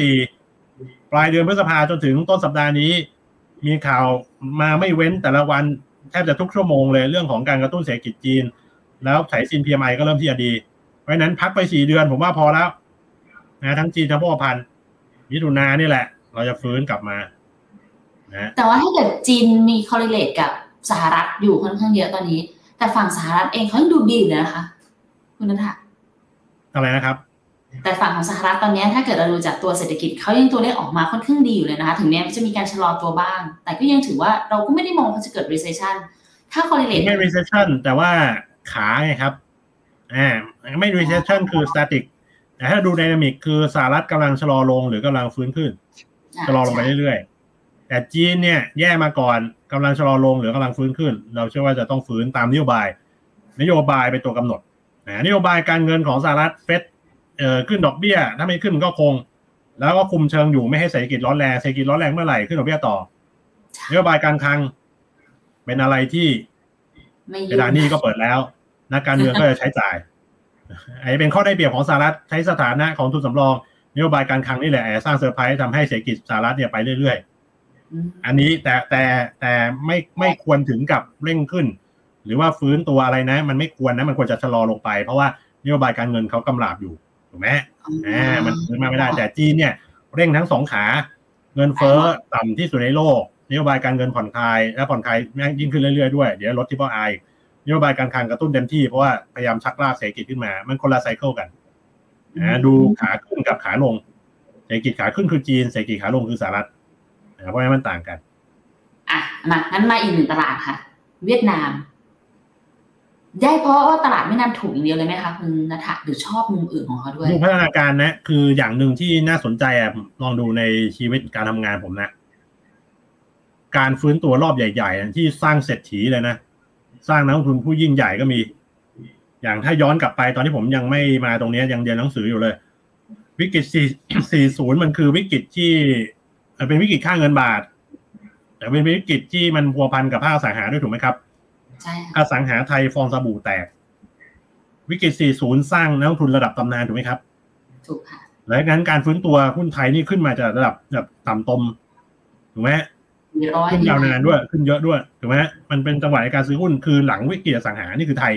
4ปลายเดือนพฤษภาจนถึงต้นสัปดาห์นี้มีข่าวมาไม่เว้นแต่ละวันแทบจะทุกชั่วโมงเลยเรื่องของการกระตุ้นเศรษฐกิจจีนแล้วสายซิน PMI ก็เริ่มที่จะดีเพราะฉะนั้นพักไป4เดือนผมว่าพอแล้วนะทั้งจีนทั้งพวกพันมิถุนายนนี่แหละเราจะฟื้นกลับมานะแต่ว่าถ้าเกิดจีนมี correlate กับสหรัฐอยู่ค่อนข้างเยอะตอนนี้แต่ฝั่งสหรัฐเองเขายังดูดีเลยนะคะคุณนัทอะไรนะครับแต่ฝั่งของสหรัฐตอนนี้ถ้าเกิดเราดูจากตัวเศรษฐกิจเขายังตัวเลขออกมาค่อนข้างดีอยู่เลยนะคะถึงแม้จะมีการชะลอตัวบ้างแต่ก็ยังถือว่าเราก็ไม่ได้มองว่าจะเกิด recession ถ้า correlate ไม่ recession แต่ว่าขาไงครับไม่ recession คือ static แต่ถ้าดู dynamic คือสหรัฐกำลังชะลอลงหรือกำลังฟื้นขึ้นชะลอลงไปเรื่อยๆแต่จีนเนี่ยแย่มาก่อนกำลังชะลอลงหรือกำลังฟื้นขึ้นเราเชื่อว่าจะต้องฟื้นตามนโยบายเป็นตัวกำหนดนโยบายการเงินของสหรัฐเฟดขึ้นดอกเบี้ยถ้าไม่ขึ้นก็คงแล้วก็คุมเชิงอยู่ไม่ให้เศรษฐกิจร้อนแรงเศรษฐกิจร้อนแรงเมื่อไหร่ขึ้นดอกเบี้ยต่อนโยบายการคลังเป็นอะไรที่เพดานหนี้ก็เปิดแล้วนักการเมืองก็จะใช้จ่ายไอ้เป็นข้อได้เปรียบของสหรัฐใช้สถานะของทุนสำรองนโยบายการคลังนี่แหละสร้างเซอร์ไพรส์ทำให้เศรษฐกิจสหรัฐเนี่ยไปเรื่อยๆอันนี้แต่ไม่ควรถึงกับเร่งขึ้นหรือว่าฟื้นตัวอะไรนะมันไม่ควรนะมันควรจะชะลอลงไปเพราะว่านโยบายการเงินเขากำราบอยู่ถูกไหมมันฟื้นมาไม่ได้แต่จีนเนี่ยเร่งทั้ง2ขาเงินเฟ้อต่ำที่สุดในโลกนโยบายการเงินผ่อนคลายและผ่อนคลายยิ่งขึ้นเรื่อยๆด้วยเดี๋ยวลดที่Triple Iนโยบายการคลังกระตุ้นเต็มที่เพราะว่าพยายามชักลากเศรษฐกิจขึ้นมามันคนละไซเคิลกันดูขาขึ้นกับขาลงเศรษฐกิจขาขึ้นคือจีนเศรษฐกิจขาลงคือสหรัฐเพราะฉะนั้นมันต่างกันงั้นมาอีกหนึ่งตลาดค่ะเวียดนามได้เพราะว่าตลาดเวียดนามถูกอย่างเดียวเลยไหมคะคุณณัฐหรือชอบมุมอื่นของเขาด้วยดูพัฒนาการนะคืออย่างหนึ่งที่น่าสนใจลองดูในชีวิตการทำงานผมนะการฟื้นตัวรอบใหญ่ๆที่สร้างเศรษฐีเลยนะสร้างนักลงทุนผู้ยิ่งใหญ่ก็มีอย่างถ้าย้อนกลับไปตอนที่ผมยังไม่มาตรงนี้ยังเรียนหนังสืออยู่เลยวิกฤต40มันคือวิกฤตที่เป็นวิกฤตค่าเงินบาทแต่เป็นวิกฤตที่มันพัวพันกับภาคอสังหาด้วยถูกไหมครับใช่อสังหาไทยฟองสบู่แตกวิกฤต40สร้างนักลงทุนระดับตำนานถูกไหมครับถูกค่ะและงั้นการฟื้นตัวหุ้นไทยนี่ขึ้นมาจากระดับต่ำตมถูกไหมขึ้นยาวนานด้วยขึ้นเยอะด้วยถูกไหมมันเป็นจังหวะในการซื้อหุ้นคือหลังวิกฤตอสังหานี่คือไทย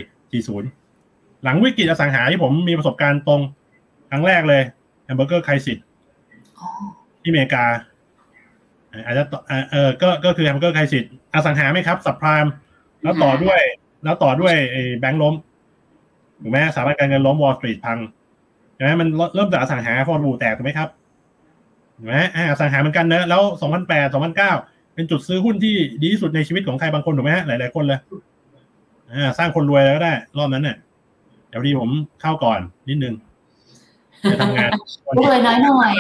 40หลังวิกฤตอสังหาที่ผมมีประสบการณ์ตรงครั้งแรกเลยแฮมเบอร์เกอร์ไครซิสที่อเมริกาอาจจะก็คือแฮมเบอร์เกอร์ไครซิสอสังหาไหมครับซับไพรม์แล้วต่อด้วยแบงก์ล้มถูกไหมสถาบันการเงินล้มวอลล์สตรีทพังใช่ไหมมันเริ่มจากอสังหาฟองสบู่แตกถูกไหมครับถูกไหมอสังหาเหมือนกันเนอะแล้ว2008 2009เป็นจุดซื้อหุ้นที่ดีที่สุดในชีวิตของใครบางคนถูกไหมหลายๆคนเลยสร้างคนรวยแล้วก็ได้รอบนั้นเนี่ยเดี๋ยวดีผมเข้าก่อนนิดนึงจะทำงานรวยน้อยหน่อย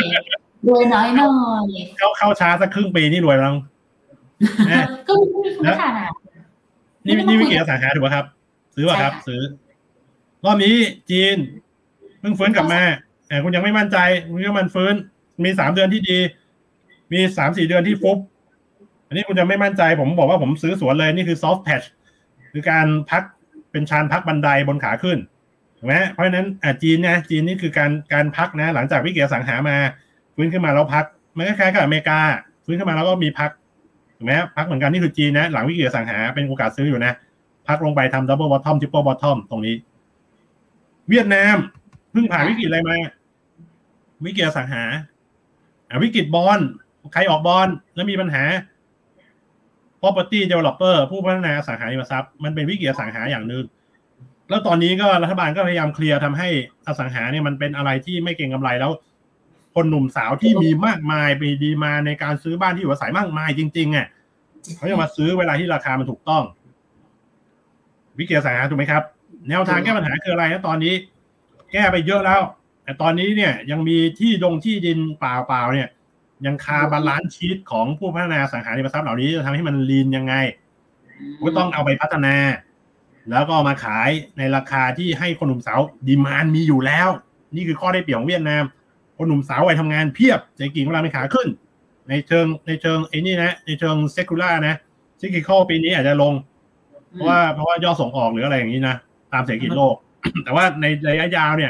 เข้าช้าสักครึ่งปีนี่รวยแล้วก็ไม่ขนาดนี่วิกฤตอสังหาถูกป่ะครับซื้อป่ะครับซื้อรอบนี้จีนเพิ่งฟื้นกลับมาคุณยังไม่มั่นใจคุณก็มันฟื้นมี3เดือนที่ดีมี 3-4 เดือนที่ฟุบอันนี้คุณจะไม่มั่นใจผมบอกว่าผมซื้อสวนเลยนี่คือ soft patch คือการพักเป็นชานพักบันไดบนขาขึ้นถูกไหมเพราะฉะนั้นจีนนี่คือการพักนะหลังจากวิกฤตอสังหามาฟื้นขึ้นมาแล้วพักมันคล้ายๆกับอเมริกาฟื้นขึ้นมาแล้วก็มีพักถูกไหมพักเหมือนกันนี่คือจีนนะหลังวิกฤตอสังหาเป็นโอกาสซื้ออยู่นะพักลงไปทำ double bottom triple bottom ตรงนี้เวียดนามเพิ่งผ่านวิกฤตอะไรมาวิกฤตอสังหาวิกฤตบอนด์ใครออกบอนด์แล้วมีปัญหา property developer ผู้พัฒนาอสังหาริมทรัพย์มันเป็นวิกฤตอสังหาอย่างนึงแล้วตอนนี้ก็รัฐบาลก็พยายามเคลียร์ทำให้อสังหาเนี่ยมันเป็นอะไรที่ไม่เก็งกำไรแล้วคนหนุ่มสาวที่มีมากมายมีดีมาในการซื้อบ้านที่อยู่อาศัยมากมายจริงๆเขาจะมาซื้อเวลาที่ราคามันถูกต้องวิกฤตอสังหาถูกไหมครับแนวทางแก้ปัญหาคืออะไรนะตอนนี้แก้ไปเยอะแล้วแต่ตอนนี้เนี่ยยังมีที่ดินเปล่าเนี่ยยังคาบาลานซ์ชีทของผู้พัฒนาอสังหาริมทรัพย์เหล่านี้จะทำให้มันลีนยังไงก็ต้องเอาไปพัฒนาแล้วก็มาขายในราคาที่ให้คนหนุ่มสาวดีมานด์มีอยู่แล้วนี่คือข้อได้เปรียบของเวียดนามคนหนุ่มสาววัยทำงานเพียบเศรษฐกิจของเราเป็นขาขึ้นในเชิงไอ้นี่นะในเชิงเซคูล่านะซิกิคอลปีนี้อาจจะลงเพราะว่ายอดส่งออกหรืออะไรอย่างนี้นะตามเศรษฐกิจโลก แต่ว่าในระยะยาวเนี่ย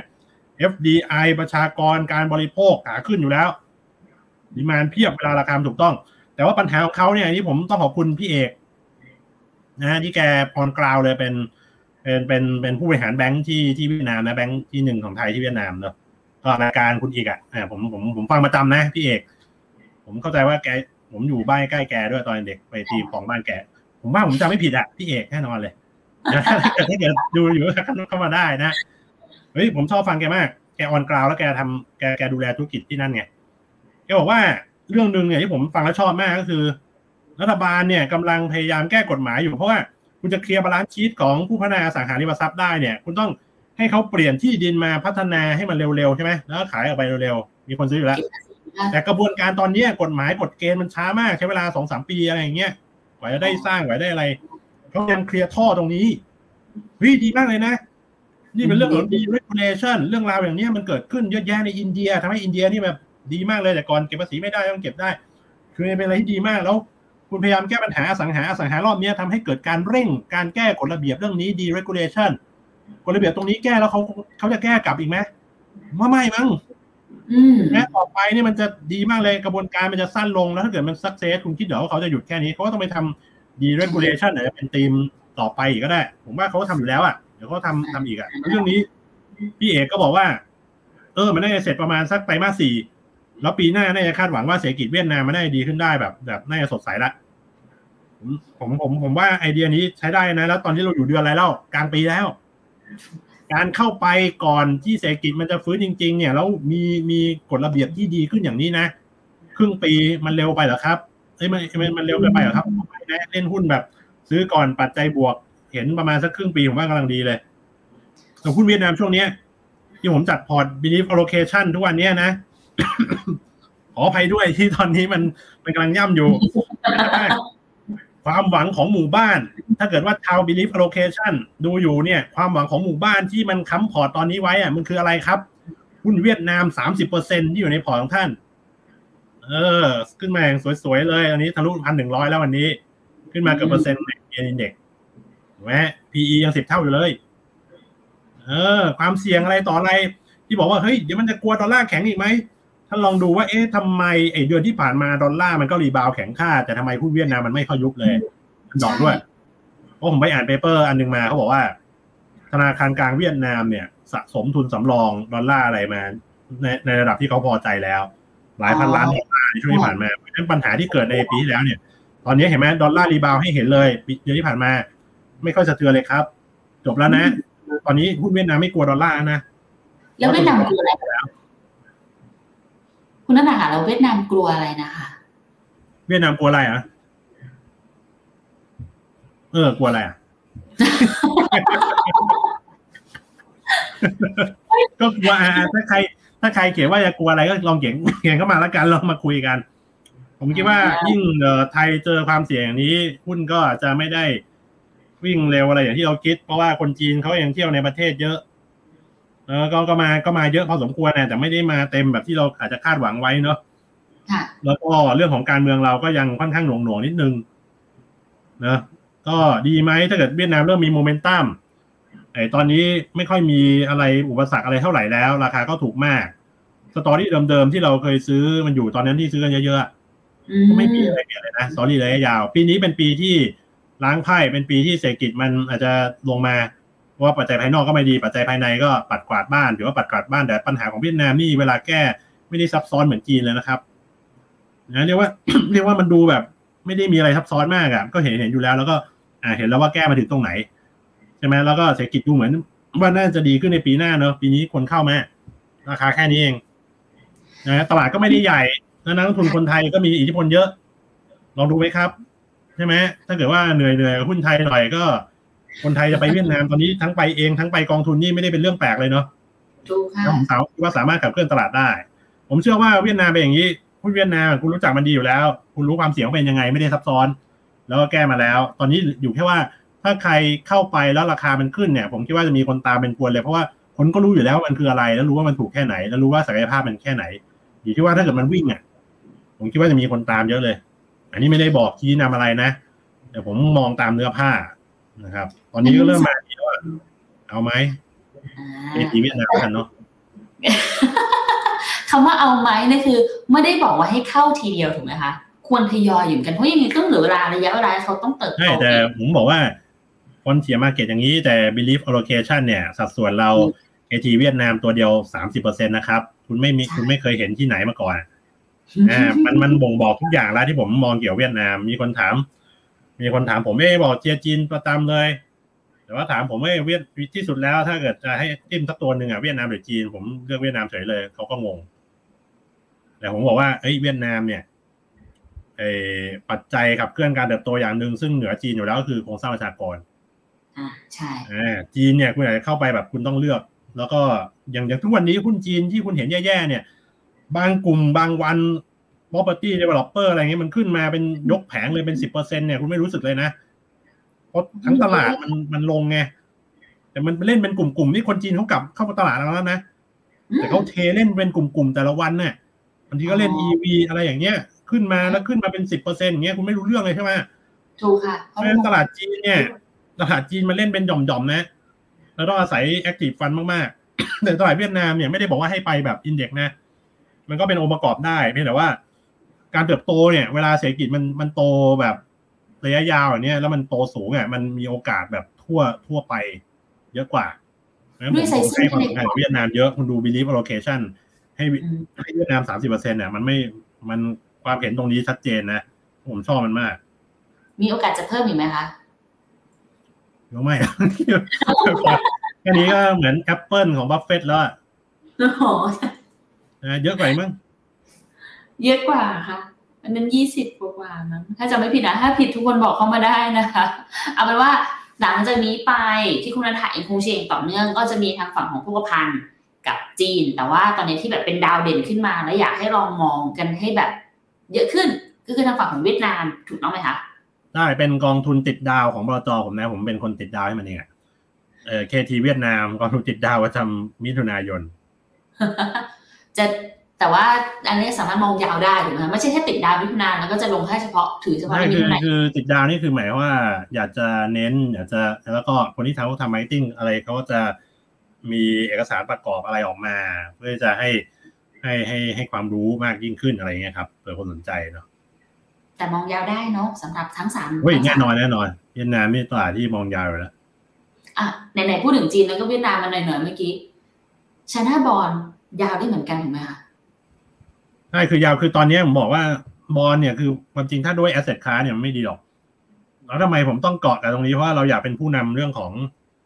FDI ประชากรการบริโภคขาขึ้นอยู่แล้วดีมานด์เพียบเวลาราคาถูกต้องแต่ว่าปัญหาของเขาเนี่ยที่ผมต้องขอบคุณพี่เอกนะที่แกพรกล่าวเลยเป็นผู้บริหารแบงค์ที่เวียดนามนะแบงค์ที่1ของไทยที่เวียดนามเนาะก็รายการคุณอีกผมฟังประจำนะพี่เอกผมเข้าใจว่าแกผมอยู่บ้านใกล้แกด้วยตอนเด็กไปตีของบ้านแกผมว่าผมจำไม่ผิดอ่ะพี่เอกแน่นอนเลยถ้าเกิดดูอยู่เข้ามาได้นะเฮ้ยผมชอบฟังแกมากแกออนกราวแล้วแกดูแลธุรกิจที่นั่นไงแกบอกว่าเรื่องนึงเนี่ยที่ผมฟังแล้วชอบมากก็คือรัฐบาลเนี่ยกำลังพยายามแก้กฎหมายอยู่เพราะว่าคุณจะเคลียร์บาลานซ์ชีทของผู้พัฒนาอสังหาริมทรัพย์ได้เนี่ยคุณต้องให้เขาเปลี่ยนที่ดินมาพัฒนาให้มันเร็วๆใช่ไหมแล้วขายออกไปเร็วๆมีคนซื้ออยู่แล้วแต่กระบวนการตอนนี้กฎหมายกฎเกณฑ์มันช้ามากใช้เวลา 2-3 ปีอะไรอย่างเงี้ยกว่าจะได้สร้างกว่าได้อะไรเขายังเคลียร์ท่อตรงนี้ดีมากเลยนะนี่เป็นเรื่องของ deregulation เรื่องราวอย่างนี้มันเกิดขึ้นเยอะแยะในอินเดียทำให้อินเดียนี่แบบดีมากเลยแต่ก่อนเก็บภาษีไม่ได้ต้องเก็บได้คือเป็นอะไรที่ดีมากแล้วคุณพยายามแก้ปัญหาอสังหารอบนี้ทำให้เกิดการเร่งการแก้กฎระเบียบเรื่องนี้ deregulation กฎระเบียบตรงนี้แก้แล้วเขาจะแก้กลับอีกไหมว่าไม่มั้งแม้ต่อไปนี่มันจะดีมากเลยกระบวนการมันจะสั้นลงแล้วถ้าเกิดมัน success คุณคิดเดี๋ยวเขาจะหยุดแค่นี้เขาก็ต้องไปทำ deregulation อาจจะเป็นธีมต่อไปอีกก็ได้ผมว่าเขาทำอยู่แล้วอ่ะเดี๋ยวเขาทำอีกอ่ะเรื่องนี้พี่เอกก็บอกว่ามันน่าจะเสร็จประมาณสักไตรมาส 4แล้วปีหน้าน่าจะคาดหวังว่าเศรษฐกิจเวียดนามมันน่าจะดีขึ้นได้แบบน่าจะสดใสละผมว่าไอเดียนี้ใช้ได้นะแล้วตอนที่เราอยู่เดือนอะไรแล้วกลางปีแล้วการเข้าไปก่อนที่เศรษฐกิจมันจะฟื้นจริงๆเนี่ยแล้วมีกฎระเบียบที่ดีขึ้นอย่างนี้นะครึ่งปีมันเร็วไปเหรอครับมันเร็วเกินไปเหรอครับนะเล่นหุ้นแบบซื้อก่อนปัจจัยบวกเห็นประมาณสักครึ่งปีผมว่ากำลังดีเลยแต่หุ้นเวียดนามช่วงนี้ที่ผมจัดพอร์ต belief allocation ทุกวันนี้นะ ขออภัยด้วยที่ตอนนี้มันกำลังย่ำอยู่ ความหวังของหมู่บ้านถ้าเกิดว่าชาว belief allocation ดูอยู่เนี่ยความหวังของหมู่บ้านที่มันค้ำพอร์ตตอนนี้ไว้อะมันคืออะไรครับหุ้นเวียดนาม 30% ที่อยู่ในพอร์ตของท่านขึ้นมาอย่างสวยๆเลยอันนี้ทะลุ 1,100 แล้ววันนี้ขึ้นมาเกือบเปอร์เซ็นต์ในอินเด็กซ์ถูกไหม PE ยัง10 เท่าอยู่เลยความเสี่ยงอะไรต่ออะไรที่บอกว่าเฮ้ยเดี๋ยวมันจะกลัวดอลลาร์แข็งอีกไหมท่านลองดูว่าทำไมไอ้เดือนที่ผ่านมาดอลลาร์มันก็รีบาวแข็งค่าแต่ทำไมหุ้นเวียดนามมันไม่ค่อยยุบเลยดอกด้วยเพราะผมไปอ่านเปเปอร์อันนึงมาเขาบอกว่าธนาคารกลางเวียดนามเนี่ยสะสมทุนสำรองดอลลาร์อะไรมาในระดับที่เขาพอใจแล้วหลายพันล้านดอลลาร์ในช่วงที่ผ่านมาเพราะฉะนั้นปัญหาที่เกิดในปีที่แล้วเนี่ยตอนนี้เห็นไหมดอลลาร์รีบาวให้เห็นเลยเดือนที่ผ่านมาไม่ค่อยสะเทือนเลยครับจบแล้วนะตอนนี้หุ้นเวียดนามไม่กลัวดอลลาร์นะแล้วเวียดนามกลัวอะไรคุณนัทค่ะแล้วเวียดนามกลัวอะไรนะคะเวียดนามกลัวอะไรอ่ะกลัวอะไรอ่ะ ก็กลัวถ้าใครเขียนว่าจะกลัวอะไรก็ลองเขียนเข้ามาแล้วกันลองมาคุยกันผมคิดว่ายิ่งไทยเจอความเสี่ยงอย่างนี้หุ้นก็อาจจะไม่ได้วิ่งเร็วอะไรอย่างที่เราคิดเพราะว่าคนจีนเขายังเที่ยวในประเทศเยอะก็มาเยอะพอสมควรนะแต่ไม่ได้มาเต็มแบบที่เราอาจจะคาดหวังไว้เนาะแล้วก็เรื่องของการเมืองเราก็ยังค่อนข้างหน่วงนิดนึงนะก็ดีไหมถ้าเกิดเวียดนามเริ่มมีโมเมนตัมตอนนี้ไม่ค่อยมีอะไรอุปสรรคอะไรเท่าไหร่แล้วราคาก็ถูกมากสตอรี่เดิมๆที่เราเคยซื้อมันอยู่ตอนนั้นที่ซื้อกันเยอะๆก็ไม่มีอะไรเปลี่ยนเลยนะสตอรี่ระยะยาวปีนี้เป็นปีที่ล้างไพ่เป็นปีที่เศรษฐกิจมันอาจจะลงมาเพราะว่าปัจจัยภายนอกก็ไม่ดีปัจจัยภายในก็ปัดกวาดบ้านหรือว่าปัดกวาดบ้านแต่ปัญหาของเวียดนามนี่เวลาแก้ไม่ได้ซับซ้อนเหมือนจีนเลยนะครับนะเรียกว่ามันดูแบบไม่ได้มีอะไรซับซ้อนมากอ่ะก็เห็นอยู่แล้วแล้วก็เห็นแล้วว่าแก้มาถึงตรงไหนใช่ไหมแล้วก็เศรษฐกิจดูเหมือนว่าน่าจะดีขึ้นในปีหน้าเนอะปีนี้คนเข้ามาราคาแค่นี้เองนะตลาดก็ไม่ได้ใหญ่แล้วนักลงทุนคนไทยก็มีอิทธิพลเยอะลองดูไหมครับใช่ไหมถ้าเกิดว่าเหนื่อยกับหุ้นไทยหน่อยก็คนไทยจะไปเวียดนามตอนนี้ทั้งไปเองทั้งไปกองทุนนี่ไม่ได้เป็นเรื่องแปลกเลยเนาะถูกค่ะผมว่าสามารถขับเคลื่อนตลาดได้ผมเชื่อว่าเวียดนามเป็นอย่างนี้หุ้นเวียดนามคุณรู้จักมันดีอยู่แล้วคุณรู้ความเสี่ยงเป็นยังไงไม่ได้ซับซ้อนแล้วก็แก้มาแล้วตอนนี้อยู่แค่ว่าถ้าใครเข้าไปแล้วราคามันขึ้นเนี่ยผมคิดว่าจะมีคนตามเป็นพวนเลยเพราะว่าคนก็รู้อยู่แล้วมันคืออะไรแล้วรู้ว่ามันถูกแค่ไหนแล้วรู้ว่าศักยภาพมันแค่ไหนอยู่ที่ว่าถ้าเกิดมันวิ่งอ่ะผมคิดว่าจะมีคนตามเยอะเลยอันนี้ไม่ได้บอกชี้นำอะไรนะแต่ผมมองตามเนื้อผ้านะครับตอนนี้ก็เริ่มมาดีแล้วเอาไหมทีเวียดนามกันเนาะคำว่าเอาไหมนี่คือไม่ได้บอกว่าให้เข้าทีเดียวถูกไหมคะควรทยอยอยู่กันเพราะยังไงต้องเหลือเวลาระยะเวลาเขาต้องเติบโตใช่แต่ผมบอกว่าfrontier market อย่างนี้แต่ belief allocation เนี่ยสัดส่วนเรา AT เวียดนามตัวเดียว 30% นะครับคุณไม่เคยเห็นที่ไหนมาก่อนมันบ่งบอกทุกอย่างแล้วที่ผมมองเกี่ยวเวียดนามมีคนถามผมบอกเจียจีนประจำเลยแต่ว่าถามผมเวียดที่สุดแล้วถ้าเกิดจะให้จิ้มสักตัวนึงเวียดนามหรือจีนผมเลือกเวียดนามเฉยเลยเขาก็งงแต่ผมบอกว่าเวียดนามเนี่ยปัจจัยขับเคลื่อนการเติบโตอย่างนึงซึ่งเหนือจีนอยู่แล้วก็คือโครงสร้างประชากรใช่จีนเนี่ยคุณอาจจะเข้าไปแบบคุณต้องเลือกแล้วก็อย่างทุกวันนี้หุ้นจีนที่คุณเห็นแย่ๆเนี่ยบางกลุ่มบางวัน property developer อะไรเงี้ยมันขึ้นมาเป็นยกแผงเลยเป็น 10% เนี่ยคุณไม่รู้สึกเลยนะเพราะทั้งตลาดมันลงไงแต่มันเล่นเป็นกลุ่มๆนี่คนจีนเขากลับเข้าตลาดแล้วนะแต่เขาเทเล่นเป็นกลุ่มๆแต่ละวันเนี่ยบางทีก็เล่น EV อะไรอย่างเงี้ยขึ้นมาแล้วขึ้นมาเป็น 10% อย่างเงี้ยคุณไม่รู้เรื่องเลยใช่ไหมถูกค่ะเพราะตลาดจีนเนี่ยตลาดจีนมันเล่นเป็นหย่อมๆนะแล้วต้องอาศัย active fund มากๆแต่ตลาดเวียดนามเนี่ยไม่ได้บอกว่าให้ไปแบบ index นะมันก็เป็นองค์ประกอบได้เพียงแต่ว่าการเติบโตเนี่ยเวลาเศรษฐกิจมันโตแบบระยะยาวอย่างเนี้ยแล้วมันโตสูงมันมีโอกาสแบบทั่วไปเยอะกว่าด้วยไซส์ให้ความสำคัญกับเวียดนามเยอะคุณดู belief allocation ให้เวียดนาม 30% เนี่ยมันความเห็นตรงนี้ชัดเจนนะผมชอบมันมากมีโอกาสจะเพิ่มอีกไหมคะไม่แค่นี้ก็เหมือนแอปเปิลของบัฟเฟตต์แล้วเยอะกว่ามั้งเยอะกว่าค่ะอันนั้น20กว่ามั้งถ้าจำไม่ผิดนะถ้าผิดทุกคนบอกเข้ามาได้นะคะเอาเป็นว่าหลังจากนี้ไปที่คุณนันทาเองคงเชียงต่อเนื่องก็จะมีทางฝั่งของผู้ประพันธ์กับจีนแต่ว่าตอนนี้ที่แบบเป็นดาวเด่นขึ้นมาแล้วอยากให้ลองมองกันให้แบบเยอะขึ้นก็คือทางฝั่งของเวียดนามถูกต้องไหมคะได้เป็นกองทุนติดดาวของบลจ.ผมนะผมเป็นคนติดดาวให้มันเองKT เวียดนามกองทุนติดดาวประจำมิถุนายนจะแต่ว่าอันนี้สามารถมองยาวได้ถูกไหมไม่ใช่แค่ติดดาวมิถุนายนแล้วก็จะลงแค่เฉพาะถือเฉพาะในมิถุนายนคือติดดาวนี่คือหมายว่าอยากจะเน้นอยากจะแล้วก็คนที่ทำมาร์เก็ตติ้งอะไรเขาก็จะมีเอกสารประกอบอะไรออกมาเพื่อจะให้ความรู้มากยิ่งขึ้นอะไรเงี้ยครับเผื่อคนสนใจเนาะแต่มองยาวได้เนาะสำหรับทั้ง3 แน่นอนเวียดนามนี่ตลาดที่มองยาวอยู่แล้วไหนๆพูดถึงจีนแล้วก็เวียดนามมาหน่อยเมื่อกี้ไชน่าบอนด์ยาวได้เหมือนกันถูกไหมคะใช่คือยาวคือตอนนี้ผมบอกว่าบอนด์เนี่ยคือความจริงถ้าด้วย asset class เนี่ยมันไม่ดีหรอกแล้วทำไมผมต้องเกาะกับตรงนี้เพราะเราอยากเป็นผู้นำเรื่องของ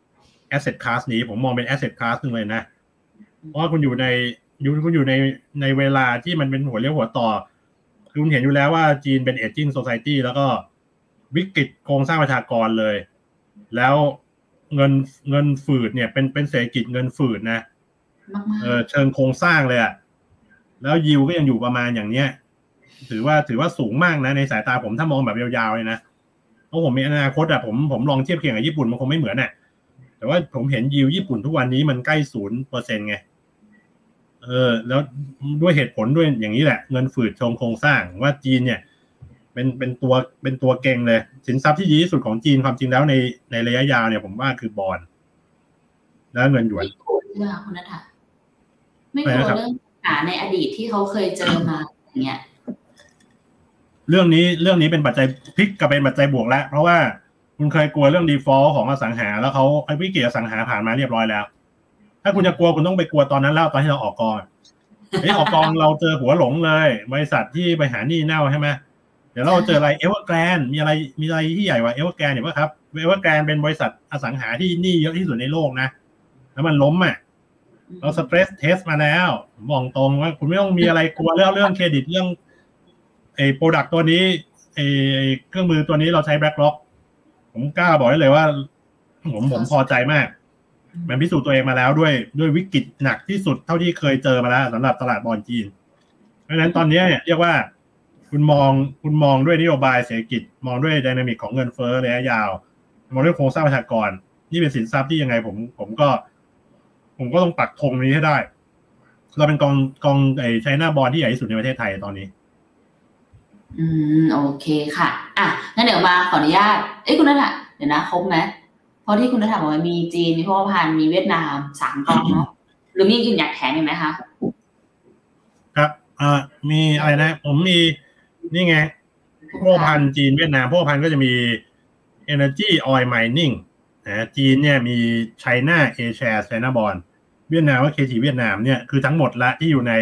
asset class นี้ผมมองเป็น asset class นึงเลยนะเพราะว่าคุณอยู่ในเวลาที่มันเป็นหัวเลี้ยวหัวต่อคือคุณเห็นอยู่แล้วว่าจีนเป็น aging society แล้วก็วิกฤตโครงสร้างประชากรเลยแล้วเงินฝืดเนี่ยเป็นเศรษฐกิจเงินฝืดนะเชิงโครงสร้างเลยอะแล้วยิวก็ยังอยู่ประมาณอย่างเนี้ยถือว่าสูงมากนะในสายตาผมถ้ามองแบบยาวๆเลยนะเพราะผมมีอนาคตอะผมลองเทียบเคียงกับญี่ปุ่นมันคงไม่เหมือนน่ะแต่ว่าผมเห็นยิวญี่ปุ่นทุกวันนี้มันใกล้ 0% ไงแล้วด้วยเหตุผลด้วยอย่างนี้แหละเงินฝืดโครงสร้างว่าจีนเนี่ยเป็นตัวเก่งเลยสินทรัพย์ที่ดีที่สุดของจีนความจริงแล้วในระยะยาวเนี่ยผมว่าคือบอนด์แล้วเงินหยวนไม่กลัวใช่ไหมคะคุณนัทธาไม่กลัวเรื่องในอดีตที่เขาเคยเจอมาอย่างเงี้ยเรื่องนี้เป็นปัจจัยพลิกกับเป็นปัจจัยบวกแล้วเพราะว่าคุณเคยกลัวเรื่อง default ของอสังหาแล้วเขาวิกฤตอสังหาผ่านมาเรียบร้อยแล้วถ้าคุณจะกลัวคุณต้องไปกลัวตอนนั้นแล้วตอนที่เราออกกองออกกองเราเจอหัวหลงเลยบริษัทที่ไปหาหนี้เน่าใช่ไหมเดี๋ยวเราเจออะไรเอเวอร์แกรนด์มีอะไรที่ใหญ่กว่าเอเวอร์แกรนด์เห็นป่ะครับเอเวอร์แกรนด์เป็นบริษัทอสังหาที่หนี้เยอะที่สุดในโลกนะแล้วมันล้มเราสเตรสเทสมาแล้วมองตรงว่าคุณไม่ต้องมีอะไรกลัวเรื่องเครดิตเรื่องโปรดักต์ตัวนี้เครื่องมือตัวนี้เราใช้แบล็คล็อกผมกล้าบอกได้เลยว่าผมพอใจมากมันพิสูจน์ตัวเองมาแล้วด้วยวิกฤตหนักที่สุดเท่าที่เคยเจอมาแล้วสำหรับตลาดบอนด์จีนเพราะฉะนั้นตอนนี้เรียกว่าคุณมองด้วยนโยบายเศรษฐกิจมองด้วยไดนามิกของเงินเฟ้อระยะยาวมองด้วยโครงสร้างประชากรนี่เป็นสินทรัพย์ที่ยังไงผมผมก็ต้องปักธงนี้ให้ได้เราเป็นกองไอ้ China Bond ที่ใหญ่ที่สุดในประเทศไทยตอนนี้โอเคค่ะงั้นเดี๋ยวมาขออนุญาตคุณนัทเดี๋ยวนะครบไหมเพราะที่คุณนัทบอกว่ามีจีนมีพวกพันมีเวียดนาม3กองเนาะหรือมีอื่นอยากแถมอีกไหมคะครับมีอะไรนะผมมีนี่ไงพวกพันจีนเวียดนามพวกพันก็จะมี Energy Oil Mining นะจีนเนี่ยมี China A Share China Bond เวียดนามว่า KT เวียดนามเนี่ยคือทั้งหมดละที่อยู่ใน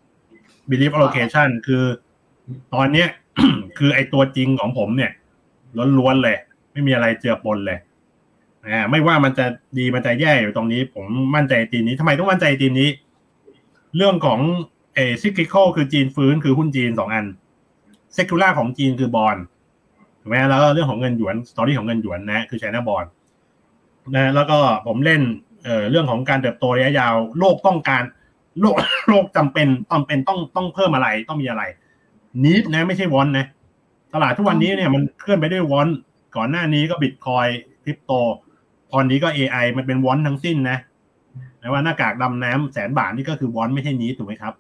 Belief Allocation คือตอนเนี้ย คือไอตัวจริงของผมเนี่ยล้วนๆเลยไม่มีอะไรเจือปนเลยไม่ว่ามันจะดีมันจะแย่อยู่ตรงนี้ผมมั่นใจทีมนี้ทำไมต้องมั่นใจทีมนี้เรื่องของcyclical คือจีนฟื้นคือหุ้นจีน2อัน secular ของจีนคือบอนด์ถูกไหมแล้วก็เรื่องของเงินหยวนสตอรี่ของเงินหยวนนะคือ China Bond นะแล้วก็ผมเล่นเรื่องของการเติบโตระยะยาวโลกต้องการโลกจำเป็นต้องเพิ่มอะไรต้องมีอะไรneed นะไม่ใช่ want นะตลาดทุกวันนี้เนี่ยมันเคลื่อนไปด้วย want ก่อนหน้านี้ก็ Bitcoin คริปโตตอนนี้ก็ AI มันเป็น want ทั้งสิ้นนะว่าหน้ากากดำน้ำ100,000 บาทนี่ก็คือ want ไม่ใช่ need ถูกไหมครับ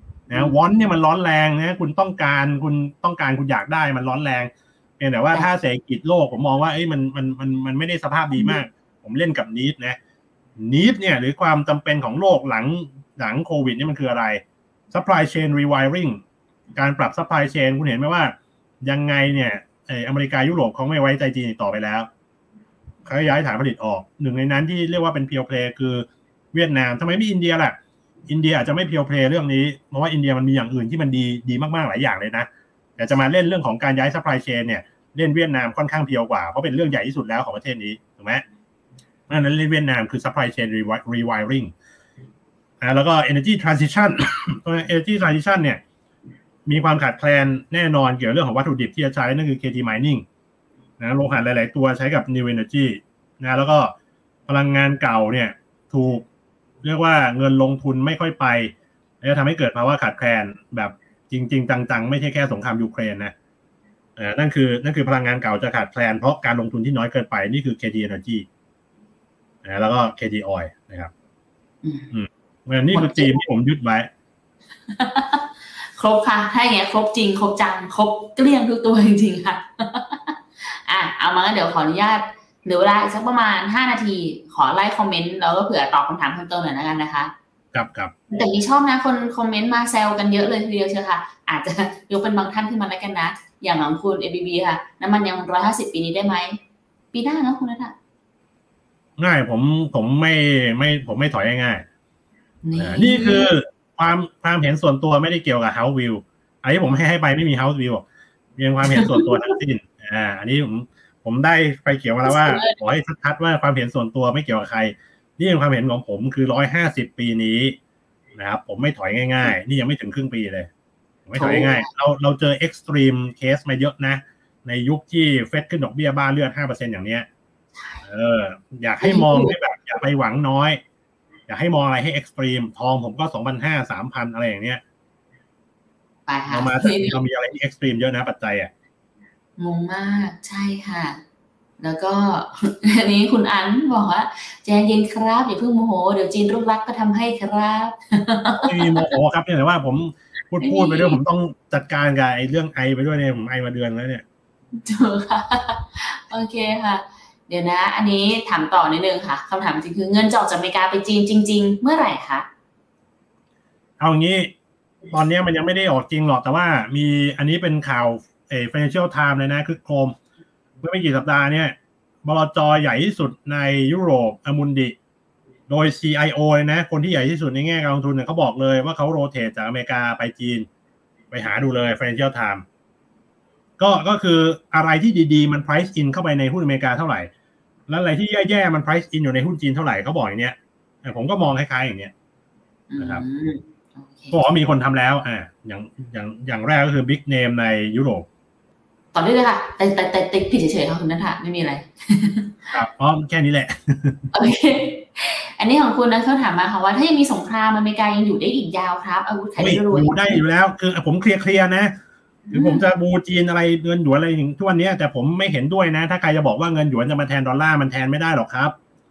want เนี่ยมันร้อนแรงนะคุณต้องการคุณอยากได้มันร้อนแรงเพียงแต่ว่าถ้าเศรษฐกิจโลกผมมองว่ามันไม่ได้สภาพดีมากผมเล่นกับ need นะ need เนี่ยหรือความจำเป็นของโลกหลังโควิดนี่มันคืออะไร supply chain rewiring การปรับ supply chain คุณเห็นไหมว่ายังไงเนี่ยอเมริกายุโรปเขาไม่ไว้ใจจีนต่อไปแล้วเขาย้ายฐานผลิตออกหนึ่งในนั้นที่เรียกว่าเป็น pure play คือเวียดนามทำไมไม่อินเดียล่ะอินเดียอาจจะไม่ pure play เรื่องนี้เพราะว่าอินเดียมันมีอย่างอื่นที่มันดีมากๆหลายอย่างเลยนะแต่จะมาเล่นเรื่องของการย้าย supply chain เนี่ยเล่นเวียดนามค่อนข้างเพียวกว่าเพราะเป็นเรื่องใหญ่ที่สุดแล้วของประเทศนี้ถูกไหมนั่นเล่นเวียดนามคือ supply chain rewiring แล้วก็ energy transition energy transition เนี่ยมีความขาดแคลนแน่นอนเกี่ยวกับเรื่องของวัตถุดิบที่จะใช้นั่นคือ KT mining นะโลหะหลายๆตัวใช้กับ new energy นะแล้วก็พลังงานเก่าเนี่ยถูกเรียกว่าเงินลงทุนไม่ค่อยไปแล้วทำให้เกิดภาวะขาดแคลนแบบจริงๆจังๆไม่ใช่แค่สงครามยูเครนนะนั่นคือพลังงานเก่าจะขาดแคลนเพราะการลงทุนที่น้อยเกินไปนี่คือ KT energy แล้วก็ KT oil นะครับนี่คือทีมที่ผมยึดไว้ครบค่ะถ้าอย่างเงี้ยครบจริงครบจังครบเกลี้ยงทุกตัวจริงๆค่ะเอามาเดี๋ยวขออนุญาตเหลือเวลาอีกสักประมาณ5นาทีขอไล่คอมเมนต์แล้วก็เผื่อตอบคำถามเพิ่มเติมหน่อยแล้วกันนะคะครับแต่มีชอบนะคนคอมเมนต์มาแซวกันเยอะเลยทีเดียวเชียวค่ะอาจจะยกเป็นบางท่านขึ้นมาแล้วกันนะอย่างของคุณ ABB ค่ะน้ำมันยัง150ปีนี้ได้ไหมปีหน้าเนาะคุณนัทง่ายผมไม่ถอยง่ายนี่คือความเห็นส่วนตัวไม่ได้เกี่ยวกับ House View อันนี้ผมให้ไปไม่มี House View มีความเห็นส่วนตัวทั้งสิ้นอันนี้ผมได้ไฟเขียวมาแล้วว่าขอให้ชัดๆว่าความเห็นส่วนตัวไม่เกี่ยวกับใครนี่เป็นความเห็นของผมคือ150ปีนี้นะครับผมไม่ถอยง่ายๆนี่ยังไม่ถึงครึ่งปีเลยไม่ถอยง่ายเราเจอ extreme case มาเยอะนะในยุคที่เฟดขึ้นดอกเบี้ยบ้าเลือด 5% อย่างเนี้ยอยากให้มองให้แบบอย่าไปหวังน้อยอยากให้มองอะไรให้ extreme ทองผมก็ 2,500 3,000 อะไรอย่างเนี้ยไปค่ะเรามีอะไรที่ extreme เยอะนะปัจจัยงงมากใช่ค่ะแล้วก็อันนี้คุณอันบอกว่าใจเย็นครับอย่าเพิ่งโมโหเดี๋ยวจีนรุกรักก็ทำให้ครับไม่มีโมโหครับเนี่ยแต่ว่าผมพูดไปด้วยผมต้องจัดการกับไอ้เรื่องไอไปด้วยเนี่ยผมไอมาเดือนแล้วเนี่ยถูกค่ะโอเคค่ะเดี๋ยวนะอันนี้ถามต่อนิดนึงค่ะคำถามจริงคือเงินจะออกจากอเมริกาไปจีนจริงๆเมื่อไหร่คะเอางี้ตอนนี้มันยังไม่ได้ออกจริงหรอกแต่ว่ามีอันนี้เป็นข่าวFinancial Times เลยนะคือโครมเมื่อไม่กี่สัปดาห์เนี่ยบลจ.ใหญ่ที่สุดในยุโรปอมุนดิโดย CIO เลยนะคนที่ใหญ่ที่สุดในแง่การลงทุนเนี่ยเขาบอกเลยว่าเขาโรเตทจากอเมริกาไปจีนไปหาดูเลย Financial Times ก็คืออะไรที่ดีๆมัน price in เข้าไปในหุ้นอเมริกาเท่าไหร่แล้วอะไรที่แย่ๆมัน price in อยู่ในหุ้นจีนเท่าไหร่เขาบอกอย่างเนี้ยผมก็มองคล้ายๆอย่างเนี้ยนะครับบอกว่ามีคนทำแล้วอย่างแรกก็คือ Big Name ในยุโรปต่อได้เลยค่ะแต่ผิดเฉยๆค่ะคุณนัทไม่มีอะไรครับแค่นี้แหละโอเคอันนี้ของคุณนะเขาถามมาค่ะว่าถ้ายังมีสงครามอเมริกายังอยู่ได้อีกยาวครับอาวุธขายได้รวยอยู่ได้อยู่แล้วคือผมเคลียร์นะคือผมจะบูจีนอะไรเงินหยวนอะไรทุกวันนี้แต่ผมไม่เห็นด้วยนะถ้าใครจะบอกว่าเงินหยวนจะมาแทนดอลลาร์มันแทนไม่ได้หรอกครับ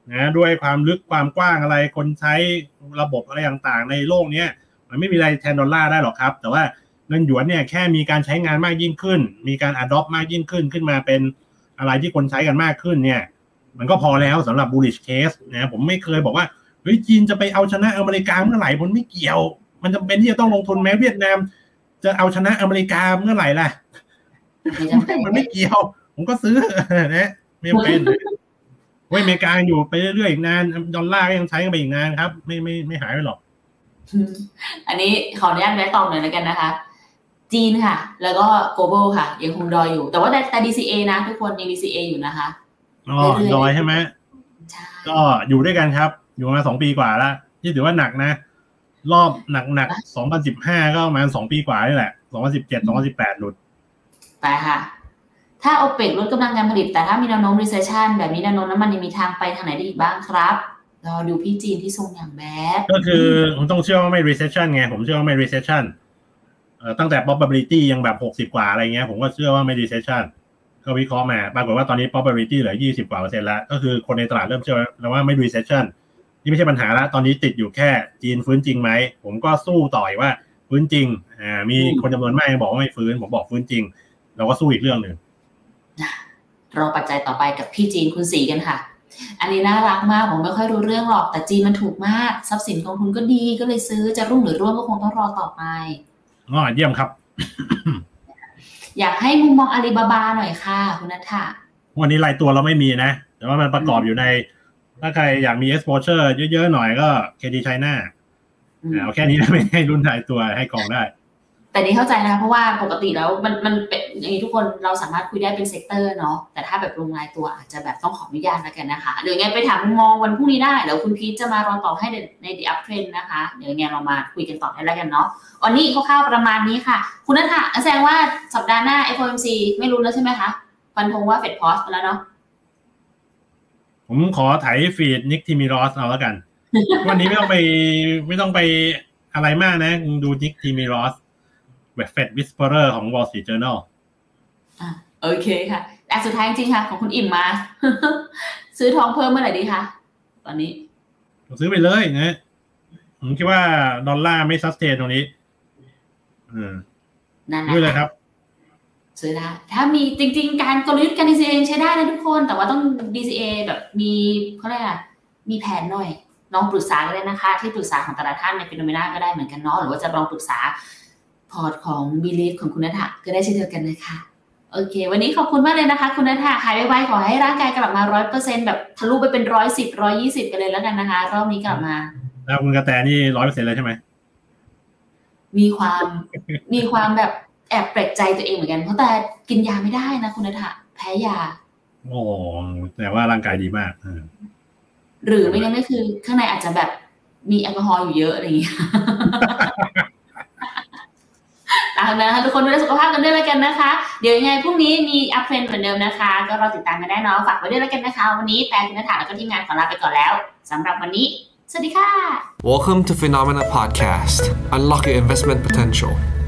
นะด้วยความลึกความกว้างอะไรคนใช้ระบบอะไรต่างๆในโลกนี้มันไม่มีอะไรแทนดอลลาร์ได้หรอกครับแต่ว่าเงินหยวนเนี่ยแค่มีการใช้งานมากยิ่งขึ้นมีการ adopt มากยิ่งขึ้นมาเป็นอะไรที่คนใช้กันมากขึ้นเนี่ยมันก็พอแล้วสำหรับ bullish case นะผมไม่เคยบอกว่าเฮ้ยจีนจะไปเอาชนะอเมริกาเมื่อไหร่ผมไม่เกี่ยวมันจำเป็นที่จะต้องลงทุนแม้เวียดนามจะเอาชนะอเมริกาเมื่อไหร่ล่ะมันไม่เกี่ยวผมก็ซื้อนะไม่เป็นเว้ยอเมริกาอยู่ไปเรื่อยๆอีกนานดอลลาร์ก็ยังใช้กันไปอีกนานครับไม่หายไปหรอกอันนี้ขออนุญาตแวะตอบหน่อยแล้วกันนะคะจีนค่ะแล้วก็ global ค่ะยังคงดอยอยู่แต่ว่าแต่ DCA นะทุกคนยัง DCA อยู่นะคะอ๋อดอยใช่ไหมก็อยู่ด้วยกันครับอยู่มา2 ปีกว่าแล้วที่ถือว่าหนักนะรอบหนัก2015ก็ประมาณ2 ปีกว่านี่แหละ2017 2018หลุดไปค่ะถ้า OPEC ลดกำลังการผลิตแต่ถ้ามีแนวโน้ม recession แบบนี้แนวโน้มน้ำมันยังมีทางไปทางไหนได้อีกบ้างครับรอดูพี่จีนที่ทรงอย่างแบดก็คือผมต้องเชื่อว่าไม่ recession ไงผมเชื่อว่าไม่ recession ตั้งแต่ probability ยังแบบ60กว่าอะไรเงี้ยผมก็เชื่อว่าไม่ recession ก็วิเคราะห์มาปรากฏว่าตอนนี้ probability เหลือ20กว่า%แล้วก็คือคนในตลาดเริ่มเชื่อแล้วว่าไม่ recession นี่ไม่ใช่ปัญหาแล้วตอนนี้ติดอยู่แค่จีนฟื้นจริงไหมผมก็สู้ต่อยว่าฟื้นจริงมีคนจำนวนมากบอกว่าไม่ฟื้นผมบอกฟื้นจริงเราก็สู้อีกเรื่องนึงรอปัจจัยต่อไปกับพี่จีนคุณสีกันค่ะอันนี้น่ารักมากผมไม่ค่อยรู้เรื่องหรอกแต่จีนมันถูกมากทรัพย์สินกองทุนก็ดีก็เลยซื้อจะรุ่งหรือร่วงก็คงต้องรอต่อไปเยี่ยมครับอยากให้มุมมองอาลีบาบาหน่อยค่ะคุณณัฐฐะวันนี้รายตัวเราไม่มีนะแต่ว่ามันประกอบอยู่ในถ้าใครอยากมี exposure เยอะๆหน่อยก็ KD China เอาแค่นี้นะไม่ให้รุ่นรายตัวให้กองได้แต่นี่เข้าใจนะเพราะว่าปกติแล้วมันเป็นอย่างนี้ทุกคนเราสามารถคุยได้เป็นเซกเตอร์เนาะแต่ถ้าแบบลงรายตัวอาจจะแบบต้องขออนุญาตแล้วกันนะคะเดี๋ยวไงไปถามมองวันพรุ่งนี้ได้เดี๋ยวคุณพีทจะมารอตอบให้ใน The Uptrend นะคะเดี๋ยวไงเรามาคุยกันต่อให้แล้วกันเนาะวันนี้คร่าวๆประมาณนี้ค่ะคุณณัฐฐะแสดงว่าสัปดาห์หน้า FOMC ไม่รู้แล้วใช่ไหมคะฟันธงว่าเฟดพอสไปแล้วเนาะผมขอไถฟีดนิกทิมิรอสเอาแล้วกันวันนี้ไม่ต้องไปอะไรมากนะดูนิกทิมิรอสFed Whisperer ของ Wall Street Journal โอเคค่ะแต่สุดท้ายจริงๆค่ะของคุณอิ่มมาซื้อทองเพิ่มเมื่อไหร่ดีคะตอนนี้ซื้อไปเลยนะผมคิดว่าดอลลาร์ไม่ซัสเทนตรงนี้นั่นแหละเลยครับซื้อได้ถ้ามีจริงๆการกลยุทธ์การ DCA ใช้ได้นะทุกคนแต่ว่าต้อง DCA แบบมีเขาเรียกอะไรมีแผนหน่อยลองปรึกษากันเลยนะคะที่ปรึกษาของแต่ละท่านใน Phenomena ก็ได้เหมือนกันเนาะหรือว่าจะลองปรึกษาพอร์ตของ Belief ของคุณณัฐฐะก็ได้เช่นเดียวกันนะคะโอเควันนี้ขอบคุณมากเลยนะคะคุณณัฐฐะหายไวๆขอให้ร่างกายกลับมา 100% แบบทะลุไปเป็น110 120กันเลยแล้วกันนะคะรอบนี้กลับมาแล้วคุณกระแตนี่ 100% เลยใช่ไหมมีความแบบแอบแปลกใจตัวเองเหมือนกันเพราะแต่กินยาไม่ได้นะคุณณัฐฐะแพ้ยาโอ้แต่ว่าร่างกายดีมากหรือไม่งั้นก็คือข้างในอาจจะแบบมีแอลกอฮอล์อยู่เยอะอะไรอย่างเงี้ยนะคะทุกคนดูแลสุขภาพกันด้วยแล้วกันนะคะเดี๋ยวยังไงพรุ่งนี้มีอัพเทรนด์เหมือนเดิมนะคะก็รอติดตามกันได้เนาะฝากไว้ด้วยแล้วกันนะคะวันนี้แปลคุณณัฐฐะแล้วก็ทีมงานขอลาไปก่อนแล้วสำหรับวันนี้สวัสดีค่ะ Welcome to Phenomena Podcast. Unlock your investment potential.